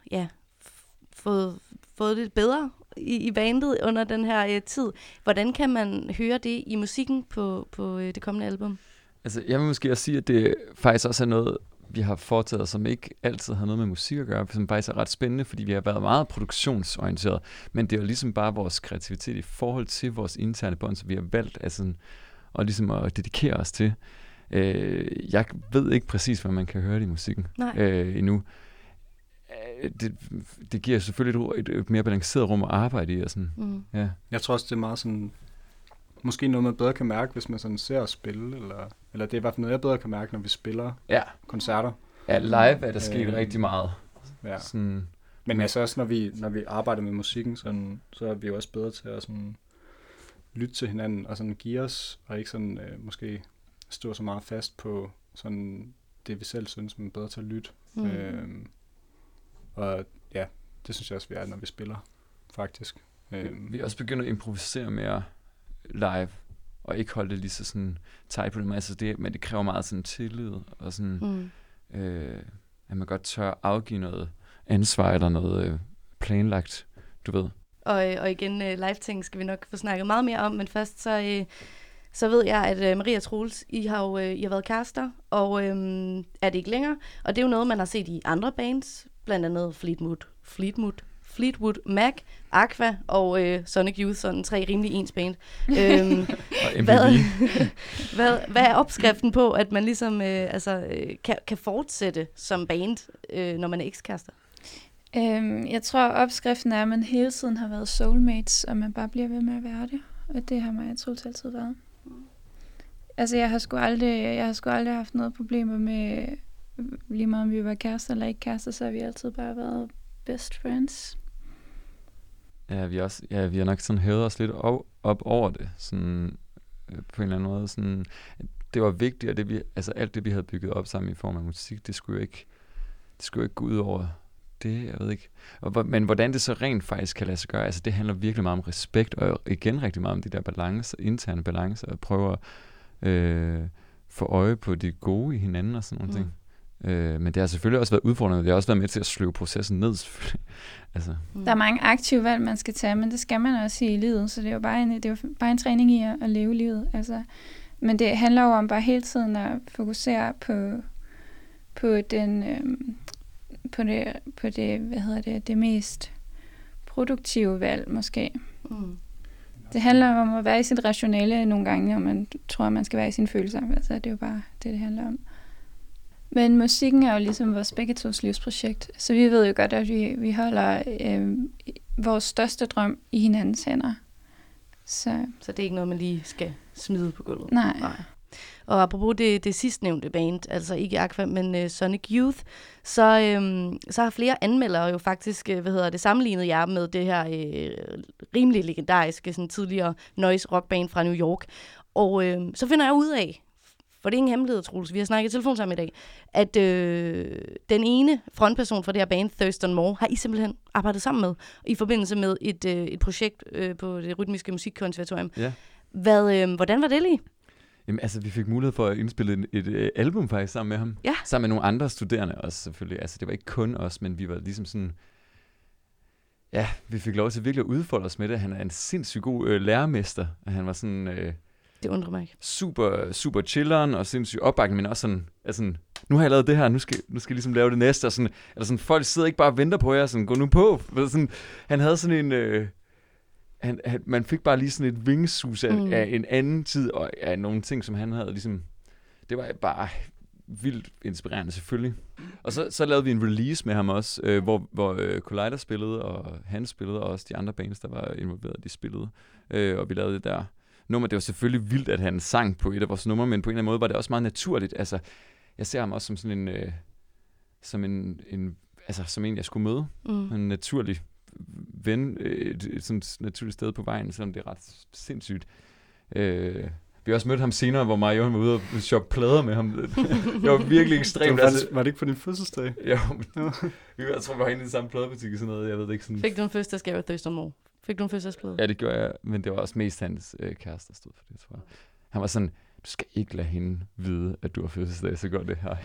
fået det bedre i bandet under den her tid. Hvordan kan man høre det i musikken på det kommende album? Altså, jeg vil måske også sige, at det faktisk også er noget, vi har foretaget, som ikke altid har noget med musik at gøre, som faktisk er ret spændende, fordi vi har været meget produktionsorienteret, men det er jo ligesom bare vores kreativitet i forhold til vores interne bånd, som vi har valgt altså, og ligesom at dedikere os til. Jeg ved ikke præcis, hvad man kan høre det i musikken endnu. Det giver selvfølgelig et mere balanceret rum at arbejde i. Og sådan. Ja. Jeg tror også, det er meget sådan, måske noget, man bedre kan mærke, hvis man sådan ser os spille, eller det er i hvert fald noget, jeg bedre kan mærke, når vi spiller koncerter. Ja, live er der sket rigtig meget. Ja. Sådan. Men altså også, når vi arbejder med musikken, sådan, så er vi jo også bedre til at sådan, lytte til hinanden, og sådan give os, og ikke sådan, måske stå så meget fast på sådan, det, vi selv synes, men bedre til at lytte. Og ja, det synes jeg også, vi er, når vi spiller, faktisk. Vi er også begyndt at improvisere mere live, og ikke holde det lige så sådan tight på det. Altså men det kræver meget sådan tillid, og sådan, at man godt tør afgive noget ansvar, eller noget planlagt, du ved. Og igen, live-ting skal vi nok få snakket meget mere om, men først så ved jeg, at Maria og Troels, I har været kærester, og er det ikke længere. Og det er jo noget, man har set i andre bands, blandt andet Fleetwood Mac, Aqua og Sonic Youth, sådan 3 rimelig ens band. Hvad er opskriften på, at man ligesom kan fortsætte som band, når man er ekskærester? Jeg tror, opskriften er, at man hele tiden har været soulmates, og man bare bliver ved med at være det. Og det har mig og Troels altid været. Altså, jeg har sgu aldrig haft noget problemer med, lige meget om vi var kærester eller ikke kærester, så har vi altid bare været best friends. Ja, vi har nok sådan hævet os lidt op over det, sådan på en eller anden måde. Sådan, det var vigtigt, at alt det, vi havde bygget op sammen i form af musik, det skulle jo ikke gå ud over det, jeg ved ikke. Men hvordan det så rent faktisk kan lade sig gøre, altså det handler virkelig meget om respekt, og igen rigtig meget om de der interne balancer, og prøve at få øje på det gode i hinanden og sådan nogle ting. Men det har selvfølgelig også været udfordrende. Det har også været med til at sløve processen ned, selvfølgelig. Altså. Der er mange aktive valg, man skal tage, men det skal man også i livet, så det er jo bare en træning i at leve livet. Altså. Men det handler jo om bare hele tiden at fokusere på det mest produktive valg, måske. Det handler om at være i sit rationale nogle gange, når man tror, man skal være i sine følelser. Altså, det er jo bare det handler om. Men musikken er jo ligesom vores begge tos livsprojekt, så vi ved jo godt, at vi holder vores største drøm i hinandens hænder. Så det er ikke noget, man lige skal smide på gulvet? Nej. Og apropos det sidstnævnte band, altså ikke Aqua, men Sonic Youth, så har flere anmeldere jo faktisk, sammenlignet jer med det her rimelig legendariske, sådan tidligere noise rockband fra New York. Og så finder jeg ud af, for det er ingen hemmelighed, Troels, vi har snakket i telefon sammen i dag, at den ene frontperson fra det her band, Thurston Moore, har I simpelthen arbejdet sammen med i forbindelse med et projekt på det rytmiske musikkonservatorium. Ja. Hvordan var det lige? Jamen, altså, vi fik mulighed for at indspille et album faktisk sammen med ham. Ja. Sammen med nogle andre studerende også, selvfølgelig. Altså, det var ikke kun os, men vi var ligesom sådan... Ja, vi fik lov til virkelig at udfolde os med det. Han er en sindssygt god lærermester. Han var sådan... det undrer mig ikke. Super, super chilleren og sindssygt opbakning, men også sådan... Altså, nu har jeg lavet det her, nu skal jeg ligesom lave det næste. Og sådan, eller sådan, folk sidder ikke bare og venter på jer, sådan, gå nu på. Sådan, han havde sådan en... man fik bare lige sådan et vingesus af en anden tid, og af nogle ting, som han havde ligesom... Det var bare vildt inspirerende selvfølgelig. Og så lavede vi en release med ham også, hvor Collider spillede, og han spillede, og også de andre bands, der var involveret, de spillede. Og vi lavede det der nummer. Det var selvfølgelig vildt, at han sang på et af vores numre, men på en eller anden måde var det også meget naturligt. Altså, jeg ser ham også som sådan som en, jeg skulle møde. En naturlig ven, sådan et naturligt sted på vejen, selvom det er ret sindssygt. Vi har også mødt ham senere, hvor Marion var ude og shoppe plader med ham. Det var virkelig ekstremt. Var det ikke på din fødselsdag? Jo. Jeg tror, vi var inde i den samme pladebutik og sådan noget. Jeg ved det ikke sådan. Fik du en fødselsdagsgave af Thurston Moore? Fik du en fødselsdagsplade? Ja, det gjorde jeg, men det var også mest hans kæreste, der stod for det, tror jeg. Han var sådan, du skal ikke lade hende vide, at du har fødselsdag, så går det her.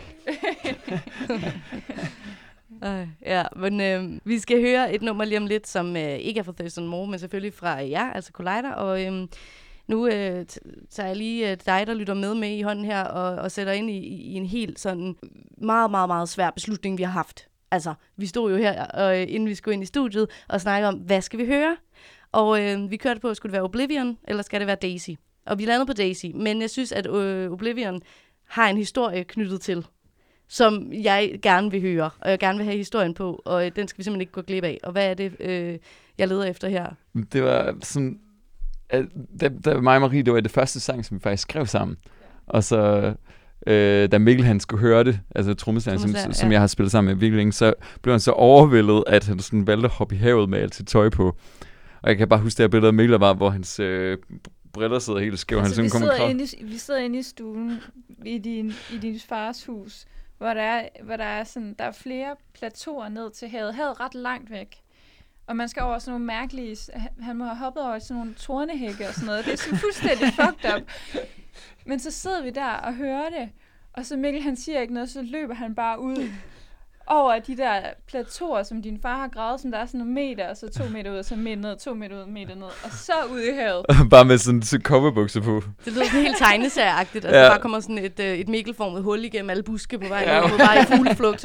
Ja, men vi skal høre et nummer lige om lidt, som ikke er fra Thurston Moore, men selvfølgelig fra jer, altså Collider. Og nu tager jeg lige dig, der lytter med i hånden her, og sætter ind i en helt sådan meget, meget, meget svær beslutning, vi har haft. Altså, vi stod jo her, inden vi skulle ind i studiet, og snakkede om, hvad skal vi høre? Og vi kørte på, skulle det være Oblivion, eller skal det være Daisy? Og vi landede på Daisy, men jeg synes, at Oblivion har en historie knyttet til, som jeg gerne vil høre, og jeg gerne vil have historien på, og den skal vi simpelthen ikke gå glip af. Og hvad er det, jeg leder efter her? Det var sådan, da mig og Marie, det var det første sang, som vi faktisk skrev sammen. Og så, da Mikkel han skulle høre det, altså trommeslageren, som jeg har spillet sammen med virkelig længe, så blev han så overvældet, at han sådan valgte at hoppe i havet med alt sit tøj på. Og jeg kan bare huske det her billede af Mikkel, var, hvor hans briller sidder helt skæv. Altså, vi sidder inde i stuen i din fars hus, hvor der er sådan, der er flere plateauer ned til havet. Havet ret langt væk. Og man skal over sådan nogle mærkelige, han må have hoppet over sådan nogle tornehække og sådan noget. Det er sådan fuldstændig fucked up. Men så sidder vi der og hører det, og så Mikkel han siger ikke noget, så løber han bare ud over de der plateauer, som din far har gravet, som der er sådan nogle meter, og så 2 meter ud, og så meter ned, 2 meter ud, meter ned, og så ud i havet. Bare med sådan coverbukser på. Det lyder sådan helt tegneserieagtigt, at der bare kommer sådan et Mikkel-formet hul igennem alle buske på vejen, og bare i fugleflugt.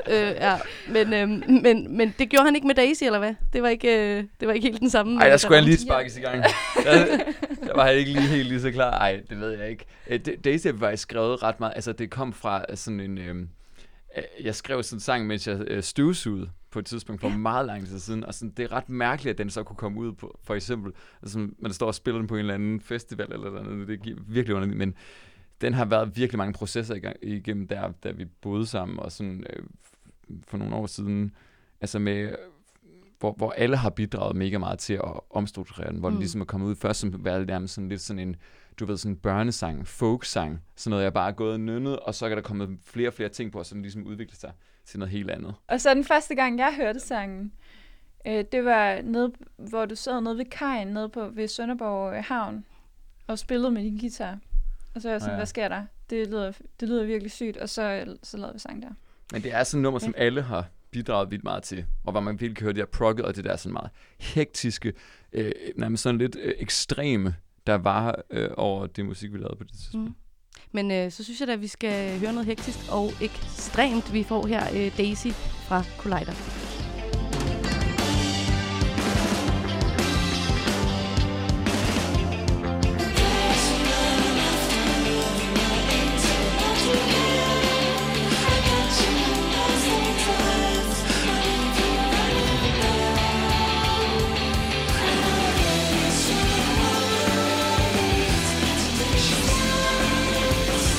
Men det gjorde han ikke med Daisy, eller hvad? Det var ikke helt den samme. Ej, der skulle han lige sparkes i gang. Der var han ikke helt lige så klar. Ej, det ved jeg ikke. Daisy var faktisk skrevet ret meget. Altså, det kom fra sådan en... jeg skrev sådan en sang, mens jeg støvsugede på et tidspunkt for meget lang tid siden, og sådan, det er ret mærkeligt, at den så kunne komme ud på, for eksempel, altså, man står og spiller den på en eller anden festival eller noget, det giver virkelig underligt, men den har været virkelig mange processer igennem der, da vi boede sammen, og sådan for nogle år siden, altså med, hvor alle har bidraget mega meget til at omstrukturere den, hvor den ligesom er kommet ud først som været nærmest sådan lidt sådan en, du ved, sådan en børnesang, folksang, sådan noget, jeg bare er gået og nynnet, og så er der kommet flere og flere ting på, og så den ligesom udviklet sig til noget helt andet. Og så den første gang, jeg hørte sangen, det var nede, hvor du sad nede ved kajen, nede ved Sønderborg Havn, og spillede med din guitar. Og så var jeg sådan, hvad sker der? Det lyder virkelig sygt, og så lavede vi sang der. Men det er sådan et nummer, som alle har bidraget vildt meget til, og hvor man virkelig kan høre det der progget, og det der sådan meget hektiske, nærmest sådan lidt ekstreme, der var over det musik, vi lavede på det tidspunkt. Men så synes jeg da, at vi skal høre noget hektisk og ekstremt. Vi får her Daisy fra Collider.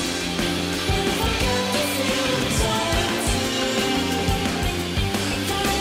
Fire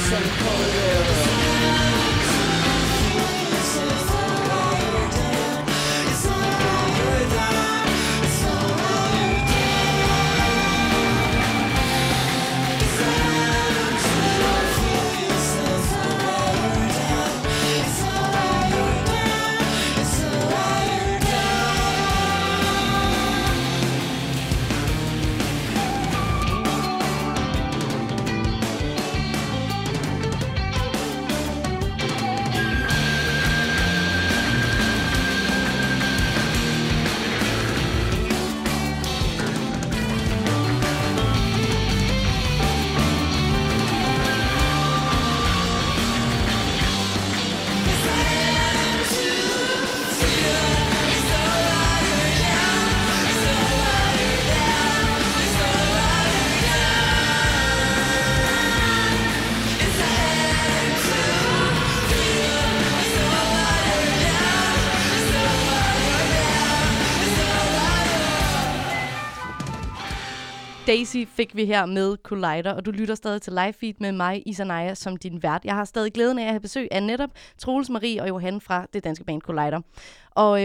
Daisy fik vi her med Collider, og du lytter stadig til Live Feed med mig, Isanaya, som din vært. Jeg har stadig glæden af at have besøg af netop Troels, Marie og Johan fra det danske band Collider. Og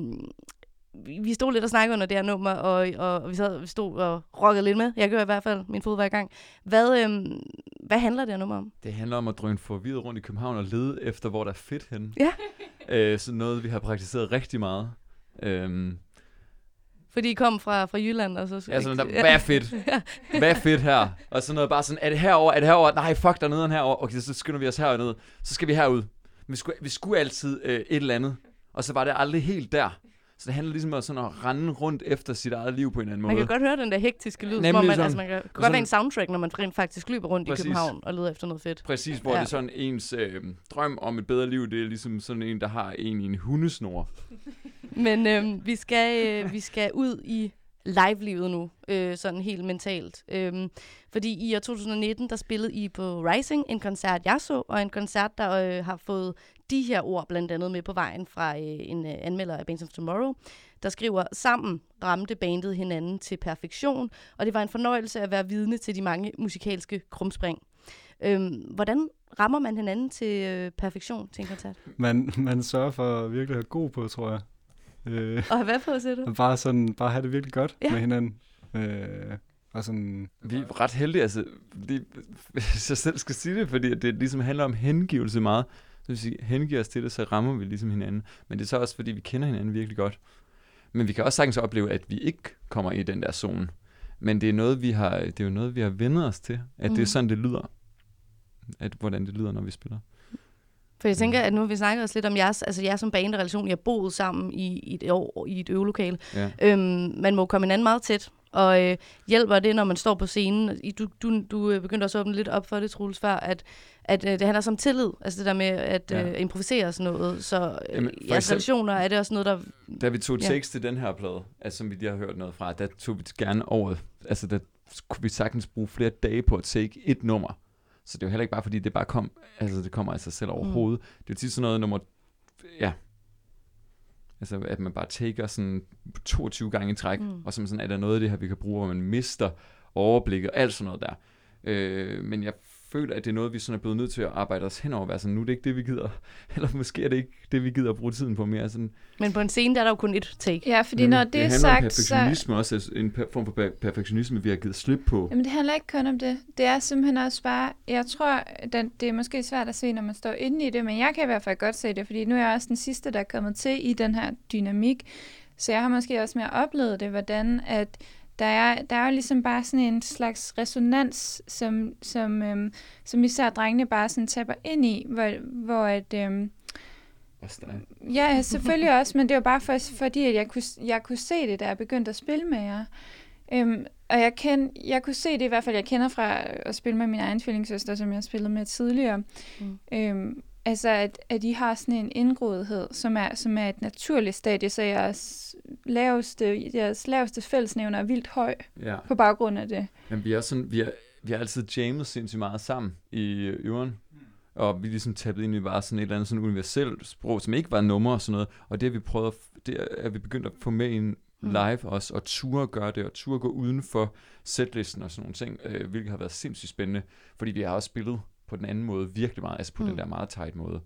vi stod lidt og snakkede under det her nummer, og vi stod og rockede lidt med. Jeg gjorde i hvert fald, min fod var i gang. Hvad handler det her nummer om? Det handler om at drøne forvirret rundt i København og lede efter, hvor der er fedt henne. Ja. Sådan noget, vi har praktiseret rigtig meget. Fordi I kom fra Jylland, og så... Ja, sådan der, hvad er fedt? Hvad er fedt her? Og sådan noget, bare sådan, er det herovre? Nej, fuck, der er nederen herovre. Okay, så skynder vi os herned. Så skal vi herud. Men vi skulle altid et eller andet. Og så var det aldrig helt der. Så det handler ligesom om sådan at rende rundt efter sit eget liv på en anden måde. Man kan godt høre den der hektiske lyd, hvor man kan godt være en soundtrack, når man faktisk løber rundt i København og leder efter noget fedt. Præcis, hvor det er sådan ens drøm om et bedre liv, det er ligesom sådan en, der har en hundesnor. Men vi skal ud i live-livet nu, sådan helt mentalt. Fordi i år 2019, der spillede I på Rising, en koncert jeg så, og en koncert, der har fået de her ord blandt andet med på vejen fra en anmelder af Bands of Tomorrow, der skriver, sammen ramte bandet hinanden til perfektion, og det var en fornøjelse at være vidne til de mange musikalske krumspring. Hvordan rammer man hinanden til perfektion til en koncert? Man sørger for at virkelig have god på, tror jeg. Og hvad på, siger du? Bare have det virkelig godt med hinanden. Og sådan... Vi er ret heldige, altså, hvis jeg selv skal sige det, fordi det ligesom handler om hengivelse meget. Så hvis vi hengiver os til det, så rammer vi ligesom hinanden. Men det er så også, fordi vi kender hinanden virkelig godt. Men vi kan også sagtens opleve, at vi ikke kommer i den der zone. Men det er noget, vi har vendet os til, at det er sådan, det lyder. Hvordan det lyder, når vi spiller. For jeg tænker, at nu har vi snakket os lidt om jeres som band og relation. I har boet sammen i et år i et øvelokale. Ja. Man må komme hinanden meget tæt. Og hjælper det, når man står på scenen? Du begyndte også at åbne lidt op for det, Troels, før, at det handler om tillid. Altså det der med at improvisere sådan noget. Så jeres relationer, er det også noget, der... Da vi tog tekst til den her plade, altså, som vi lige har hørt noget fra, der tog vi gerne over... Altså der kunne vi sagtens bruge flere dage på at take et nummer. Så det er jo heller ikke bare, fordi det bare kom... Altså det kommer af sig selv overhovedet. Det er jo tit sådan noget nummer... Ja... Altså, at man bare tager sådan 22 gange i træk, og så sådan, er der noget af det her, vi kan bruge, hvor man mister overblikket og alt sådan noget der. Men jeg føler, at det er noget, vi sådan er blevet nødt til at arbejde os henover. Altså, nu er det ikke det, vi gider. Eller måske er det ikke det, vi gider at bruge tiden på mere. Sådan. Men på en scene, der er der jo kun et take. Ja, fordi når det er sagt, perfektionisme også, altså en form for perfektionisme, vi har givet slip på. Jamen, det handler ikke kun om det. Det er simpelthen også bare, jeg tror, det er måske svært at se, når man står inde i det, men jeg kan i hvert fald godt se det, fordi nu er jeg også den sidste, der er kommet til i den her dynamik. Så jeg har måske også mere oplevet det, hvordan at der er jo ligesom bare sådan en slags resonans, som især drengene bare sådan tapper ind i, hvor at... ja, selvfølgelig også, men det var bare fordi, at jeg kunne se det, da jeg begyndte at spille med jer. Og jeg kunne se det i hvert fald, jeg kender fra at spille med min egen tvillingesøster, som jeg spillede med tidligere. Altså, at I har sådan en indgroethed, som er et naturligt stadie, så jeres laveste fællesnævner er vildt høj på baggrund af det. Men vi har altid jammet sindssygt meget sammen i øveren, og vi ligesom tappet ind i bare sådan et eller andet sådan universelt sprog, som ikke var numre og sådan noget, og det har vi prøvet, det er vi begyndt at få med i en live også, og ture gøre det, og ture gå uden for setlisten og sådan nogle ting, hvilket har været sindssygt spændende, fordi vi har også spillet på den anden måde virkelig meget, altså på den der meget tight måde.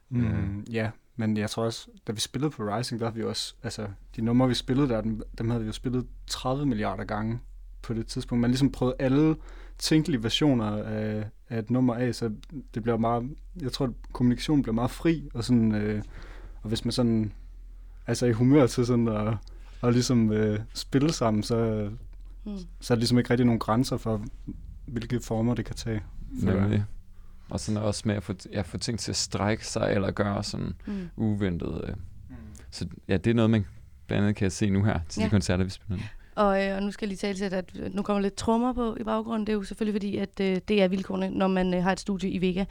Ja, men jeg tror også, da vi spillede på Rising, der havde vi også, altså de numre, vi spillede der, dem havde vi jo spillet 30 milliarder gange på det tidspunkt. Man ligesom prøvede alle tænkelige versioner af et nummer af, så det bliver meget, jeg tror, at kommunikationen bliver meget fri, og sådan, og hvis man sådan, altså i humør til sådan og ligesom spille sammen, så er der ligesom ikke rigtig nogen grænser for, hvilke former det kan tage. Nemlig. Og sådan også med at få ting til at strække sig, eller gøre sådan uventet. Så ja, det er noget, man blandt andet kan se nu her, til de koncerter, vi spiller nu. Og nu skal jeg lige tale til, at nu kommer lidt trommer på i baggrunden. Det er jo selvfølgelig fordi, at det er vilkårene, når man har et studie i Vega.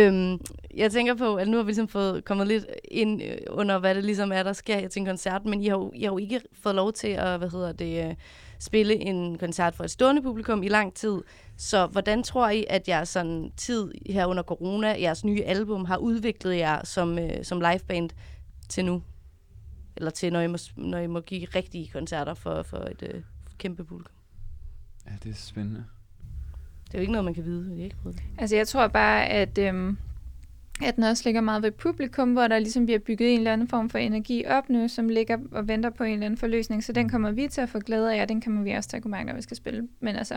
Jeg tænker på, at nu har vi ligesom fået kommet lidt ind under, hvad det ligesom er, der sker til en koncert, men I har jo ikke fået lov til at, spille en koncert for et stående publikum i lang tid. Så hvordan tror I, at jeres sådan tid her under corona, jeres nye album, har udviklet jer som liveband til nu? Eller til, når I må give rigtige koncerter for et kæmpe publikum? Ja, det er spændende. Det er jo ikke noget, man kan vide, når de ikke prøvet det. Altså, jeg tror bare, at den også ligger meget ved publikum, hvor der ligesom bliver bygget en eller anden form for energi op nu, som ligger og venter på en eller anden forløsning. Så den kommer vi til at få glæde af, og den kommer vi også til at kunne mærke, når vi skal spille. Men altså,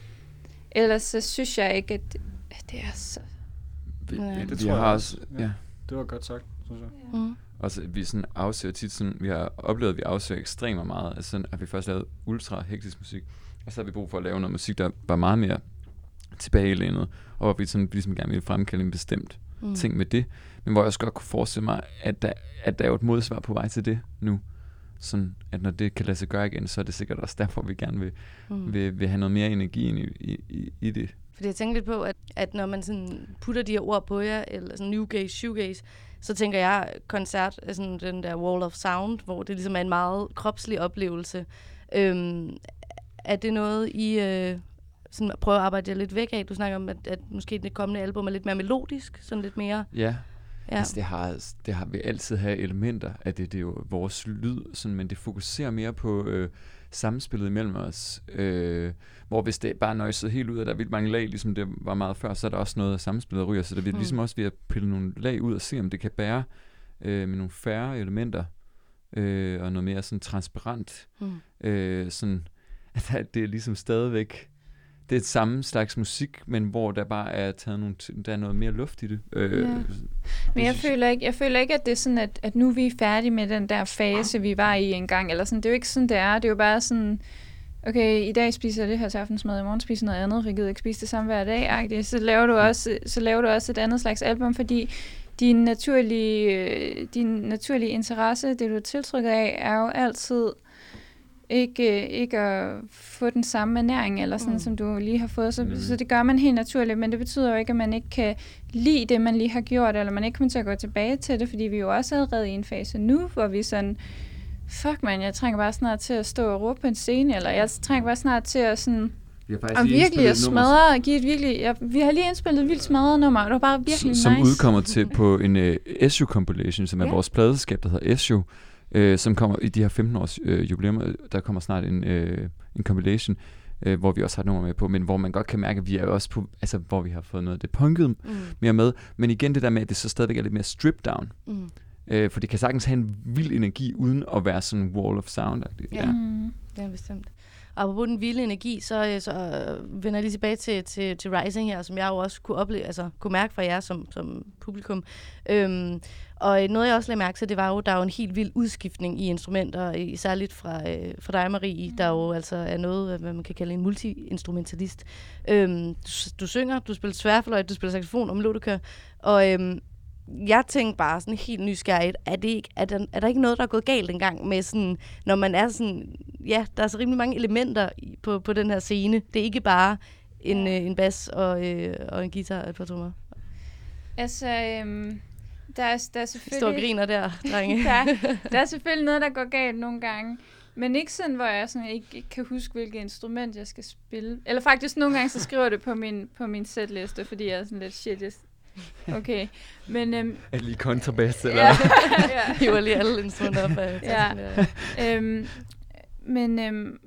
ellers så synes jeg ikke, at det er så... Ja, det tror jeg også. Ja. Det var godt sagt, synes jeg. Også vi sådan afsøger tit sådan, vi har oplevet, at vi afsøger ekstremt meget, altså sådan, at vi først lavede ultra hektisk musik, og så har vi brug for at lave noget musik, der var meget mere tilbagelænet, og hvor vi sådan ligesom gerne ville fremkalde en bestemt ting med det, men hvor jeg også godt kunne forestille mig, at der er jo et modsvar på vej til det nu, sådan at når det kan lade sig gøre igen, så er det sikkert også derfor, vi gerne vil have noget mere energi ind i det. Fordi jeg tænker lidt på, at når man sådan putter de her ord på jer, eller sådan new gaze, shoegaze, så tænker jeg koncert er sådan den der wall of sound, hvor det ligesom er en meget kropslig oplevelse. Er det noget, I sådan prøver at arbejde jer lidt væk af? Du snakker om, at måske det kommende album er lidt mere melodisk, sådan lidt mere... Ja. Altså det har vi altid have elementer af det. Det er jo vores lyd, sådan, men det fokuserer mere på samspillet imellem os. Hvor hvis det bare nøjset helt ud, og der er vildt mange lag, ligesom det var meget før, så er der også noget af samspillet, der ryger. Så der vil ligesom også ved at pille nogle lag ud og se, om det kan bære med nogle færre elementer og noget mere sådan transparent. Sådan, at det er ligesom stadigvæk... Det er et samme slags musik, men hvor der bare er taget der er noget mere luft i det. Men jeg føler ikke, at det er sådan, at nu vi er færdige med den der fase, vi var i engang. Eller sådan. Det er jo ikke sådan, det er. Det er jo bare sådan, okay, i dag spiser jeg det her til aftensmad, i morgen spiser noget andet, for jeg gider ikke spise det samme hver dag. Så laver du også et andet slags album, fordi din naturlige interesse, det du er tiltrykket af, er jo altid... Ikke at få den samme ernæring, eller sådan, som du lige har fået. Så det gør man helt naturligt, men det betyder jo ikke, at man ikke kan lide det, man lige har gjort, eller man ikke kommer til at gå tilbage til det, fordi vi er jo også allerede i en fase nu, hvor vi sådan, fuck man, jeg trænger bare snart til at stå og råbe på en scene, eller jeg trænger bare snart til at sådan... Og virkelig at smadre, vi har lige indspillet et vildt smadret nummer, og det var bare virkelig nice. Som udkommer til på en SU compilation, som er vores pladeskab, der hedder SU, som kommer i de her 15 års jubilæum. Der kommer snart en compilation, hvor vi også har nummer med på, men hvor man godt kan mærke, at vi er også på, altså hvor vi har fået noget af det punket mere med, men igen det der med, at det så stadigvæk er lidt mere stripped down. For det kan sagtens have en vild energi, uden at være sådan en wall of sound. Ja, bestemt. Og apropos den vilde energi, så vender jeg lige tilbage til Rising her, som jeg jo også kunne opleve, altså kunne mærke fra jer som publikum. Og noget jeg også lagde mærke til, det var jo, der er jo en helt vild udskiftning i instrumenter, særligt fra dig, Marie, der jo altså er noget, hvad man kan kalde en multi-instrumentalist. Du synger, du spiller tværfløjte, du spiller saxofon og melodika, og jeg tænkte bare sådan helt nysgerrigt, er der ikke noget, der er gået galt engang med sådan, når man er sådan, ja, der er så rimelig mange elementer på den her scene. Det er ikke bare en bas og en guitar og et par trommer. Altså, der er selvfølgelig... Stor griner der, drenge. der er selvfølgelig noget, der går galt nogle gange. Men ikke sådan, hvor jeg sådan ikke kan huske, hvilket instrument jeg skal spille. Eller faktisk nogle gange, så skriver det på min setliste, fordi jeg er sådan lidt shit, okay, men... er lige kontrabas, eller? Ja. Hiver lige alle instrumenter op af tasken. Men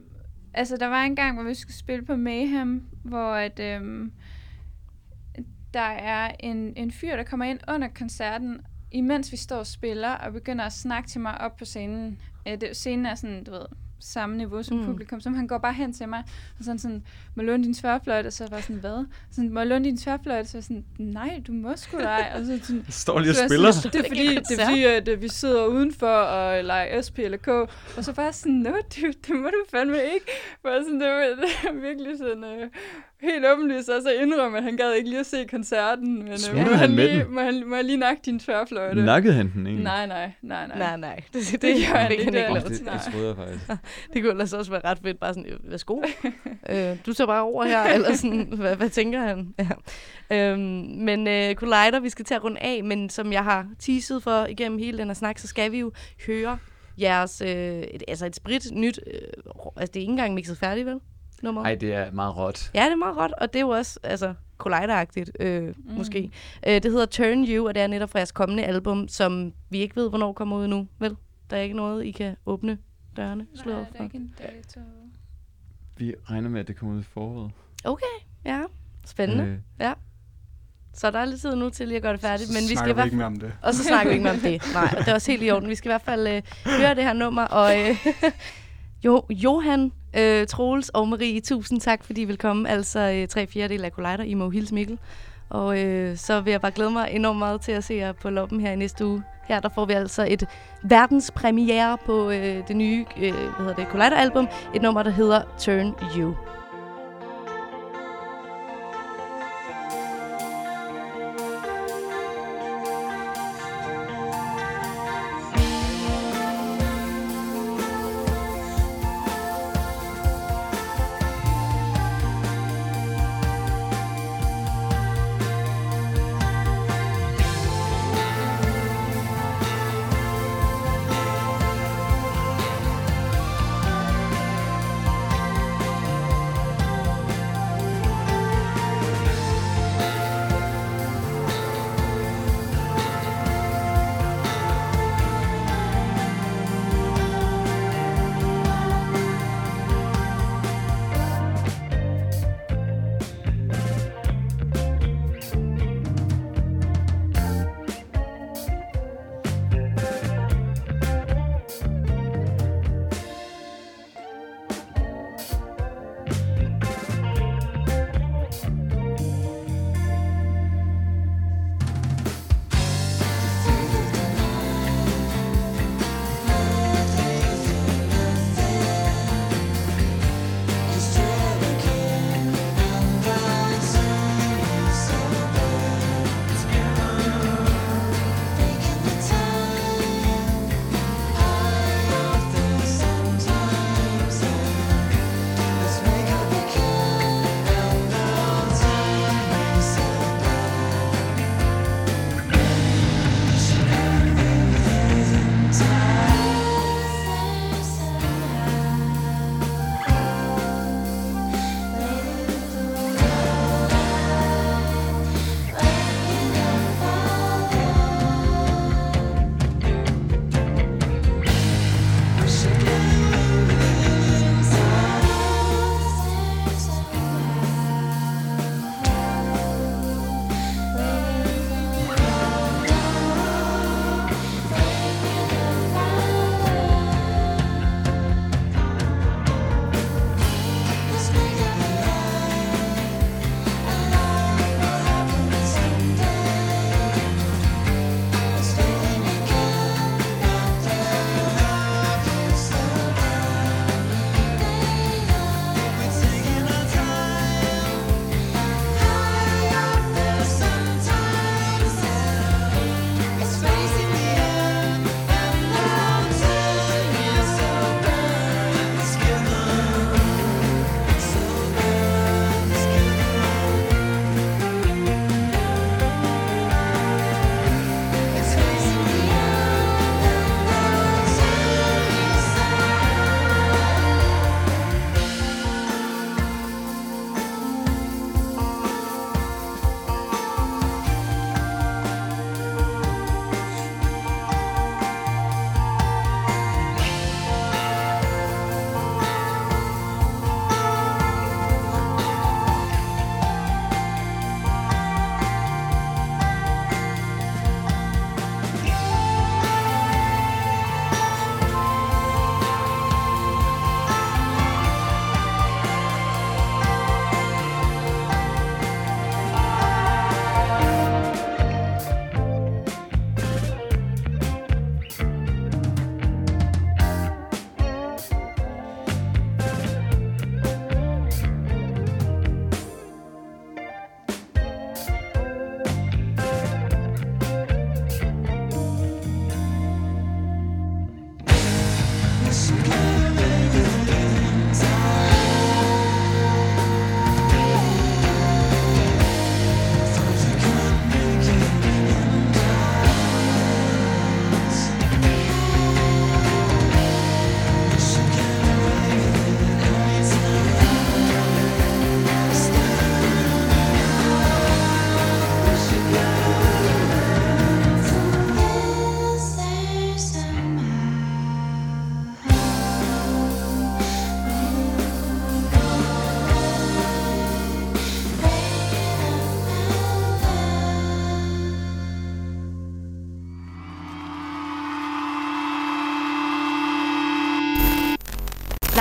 altså, der var en gang, hvor vi skulle spille på Mayhem, hvor der er en fyr, der kommer ind under koncerten, imens vi står og spiller, og begynder at snakke til mig op på scenen. Scenen er sådan, du ved, samme niveau som publikum, så han går bare hen til mig, og sådan, må jeg låne din tværfløjte? Og så var sådan, hvad? Sådan, må jeg låne din tværfløjte? Så sådan, nej, du må sgu ej. Og så sådan, står lige og spiller. Sådan, det er fordi, at vi sidder udenfor og leger SP eller K, og så bare sådan, det må du fandme ikke. Bare sådan, det var virkelig sådan, helt åbenlyst, og så indrømme, at han gad ikke lige at se koncerten. Men må jeg lige nakke din tværfløjte? Nakkede han den egentlig? Nej. Det gør han ikke. Det troede jeg faktisk. Det kunne ellers også være ret fedt, bare sådan, værsgo. Du tager bare over her, eller sådan, hvad tænker han? Ja. Men Collider, vi skal til at runde af, men som jeg har teaset for igennem hele den her snak, så skal vi jo høre jeres, et sprit nyt, altså det er ikke engang mixet færdigt, vel? Nej, det er meget råt. Ja, det er meget råt, og det er jo også Collider-agtigt, måske. Det hedder Turn You, og det er netop fra jeres kommende album, som vi ikke ved, hvornår kommer ud nu, vel? Der er ikke noget, I kan åbne dørene? Nej, der er ikke en dato. Vi regner med, at det kommer ud i foråret. Okay, ja. Spændende. Ja. Så der er lidt tid nu til lige at gøre det færdigt. Men vi skal ikke mere om det. Og så snakker vi ikke mere om det. Nej, det er også helt i orden. Vi skal i hvert fald høre det her nummer. Og Johan, Troels og Marie, tusind tak, fordi I vil komme. Altså 3/4 af Collider. I må hilse Mikkel. Og så vil jeg bare glæde mig enormt meget til at se jer på Loppen her i næste uge. Her der får vi altså et verdenspremiere på det nye Collider-album. Et nummer, der hedder Turn You.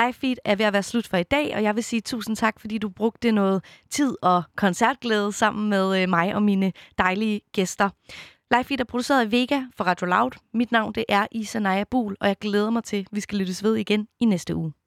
Live Feed er ved at være slut for i dag, og jeg vil sige tusind tak, fordi du brugte noget tid og koncertglæde sammen med mig og mine dejlige gæster. Live Feed er produceret af Vega for Radio Loud. Mit navn det er Isa Naja Buhl, og jeg glæder mig til, at vi skal lyttes ved igen i næste uge.